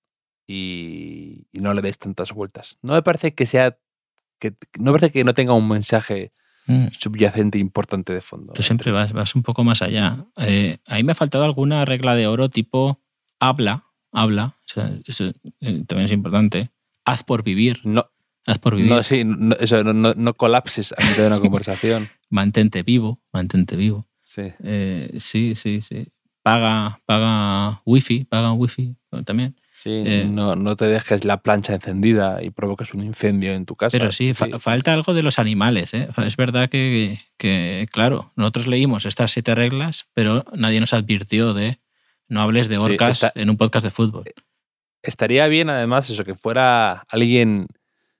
y, y no le des tantas vueltas. No me parece que sea que no me parece que no tenga un mensaje mm. subyacente importante de fondo. Tú siempre vas, vas un poco más allá. Eh, a mí me ha faltado alguna regla de oro tipo habla, habla, o sea, eso eh, también es importante. Haz por vivir. No. Haz por vivir. No, sí, no, eso, no, no, no colapses a mitad de una conversación. Mantente vivo, mantente vivo. Sí. Eh, sí, sí, sí. Paga, paga wifi, paga wifi también. Sí, eh, no, no te dejes la plancha encendida y provoques un incendio en tu casa. Pero sí, fa- sí. falta algo de los animales, ¿eh? Es verdad que, que, claro, nosotros leímos estas siete reglas, pero nadie nos advirtió de no hables de orcas sí, está, en un podcast de fútbol. Estaría bien, además, eso, que fuera alguien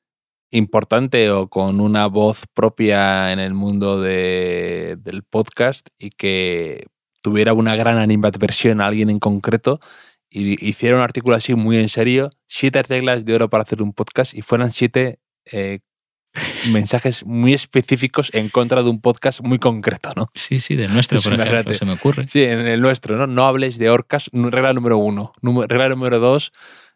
importante o con una voz propia en el mundo de, del podcast y que tuviera una gran animadversión a alguien en concreto y hiciera un artículo así muy en serio, siete reglas de oro para hacer un podcast y fueran siete eh, mensajes muy específicos en contra de un podcast muy concreto, ¿no? Sí, sí, del nuestro, por ejemplo, grate. Se me ocurre. Sí, en el nuestro, ¿no? No hables de orcas, regla número uno. Regla número dos,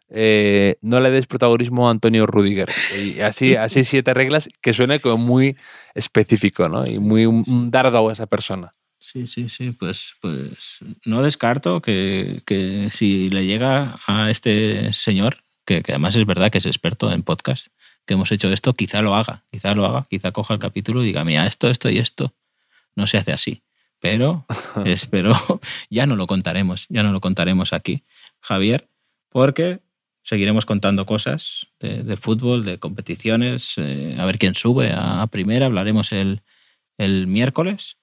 eh, no le des protagonismo a Antonio Rüdiger. Y así, así siete reglas que suene como muy específico, ¿no? Y muy un, un dardo a esa persona. Sí, sí, sí, pues, pues no descarto que, que si le llega a este señor, que, que además es verdad que es experto en podcast, que hemos hecho esto, quizá lo haga, quizá lo haga, quizá coja el capítulo y diga, mira, esto, esto y esto no se hace así. Pero, espero, ya no lo contaremos, ya no lo contaremos aquí, Javier, porque seguiremos contando cosas de, de fútbol, de competiciones, eh, a ver quién sube a, a primera, hablaremos el, el miércoles.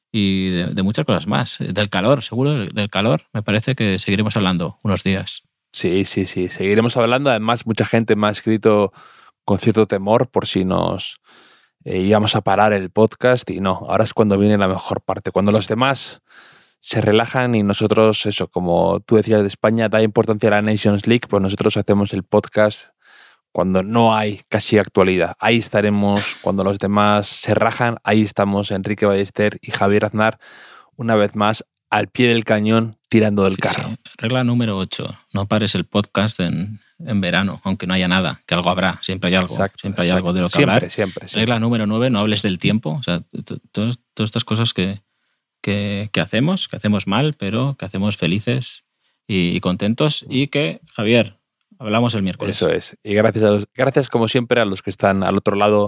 Y de, de muchas cosas más. Del calor, seguro del, del calor. Me parece que seguiremos hablando unos días. Sí, sí, sí. Seguiremos hablando. Además, mucha gente me ha escrito con cierto temor por si nos eh, íbamos a parar el podcast. Y no, ahora es cuando viene la mejor parte. Cuando los demás se relajan y nosotros, eso, como tú decías de España, da importancia a la Nations League, pues nosotros hacemos el podcast cuando no hay casi actualidad. Ahí estaremos cuando los demás se rajan. Ahí estamos Enrique Ballester y Javier Aznar, una vez más, al pie del cañón, tirando del sí, carro. Sí. Regla número ocho. No pares el podcast en, en verano, aunque no haya nada, que algo habrá. Siempre hay algo. Exacto, siempre hay exacto. algo de lo que siempre, hablar. Siempre, siempre. Regla número nueve. No hables del tiempo. O sea, todas estas cosas que, que, que hacemos, que hacemos mal, pero que hacemos felices y, y contentos. Y que, Javier, hablamos el miércoles. Eso es. Y gracias, a los, gracias como siempre a los que están al otro lado,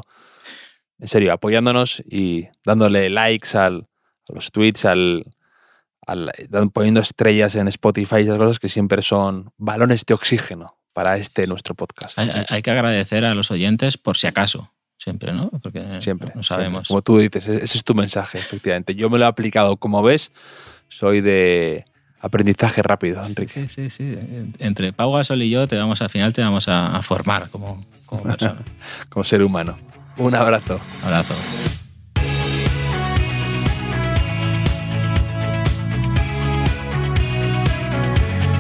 en serio, apoyándonos y dándole likes al, a los tweets, al, al, poniendo estrellas en Spotify y esas cosas que siempre son balones de oxígeno para este nuestro podcast. Hay, hay que agradecer a los oyentes por si acaso, siempre, ¿no? Porque siempre, no sabemos. Siempre. Como tú dices, ese es tu mensaje, efectivamente. Yo me lo he aplicado, como ves, soy de aprendizaje rápido, Enrique. Sí, sí, sí. Entre Pau Gasol y yo te vamos, al final te vamos a, a formar como, como persona. Como ser humano. Un abrazo. Abrazo.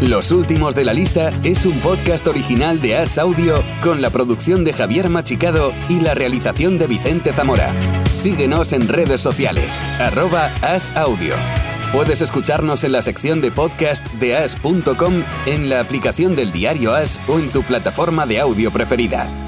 Los últimos de la lista es un podcast original de As Audio con la producción de Javier Machicado y la realización de Vicente Zamora. Síguenos en redes sociales, arroba As Audio. Puedes escucharnos en la sección de podcast de as punto com, en la aplicación del diario As o en tu plataforma de audio preferida.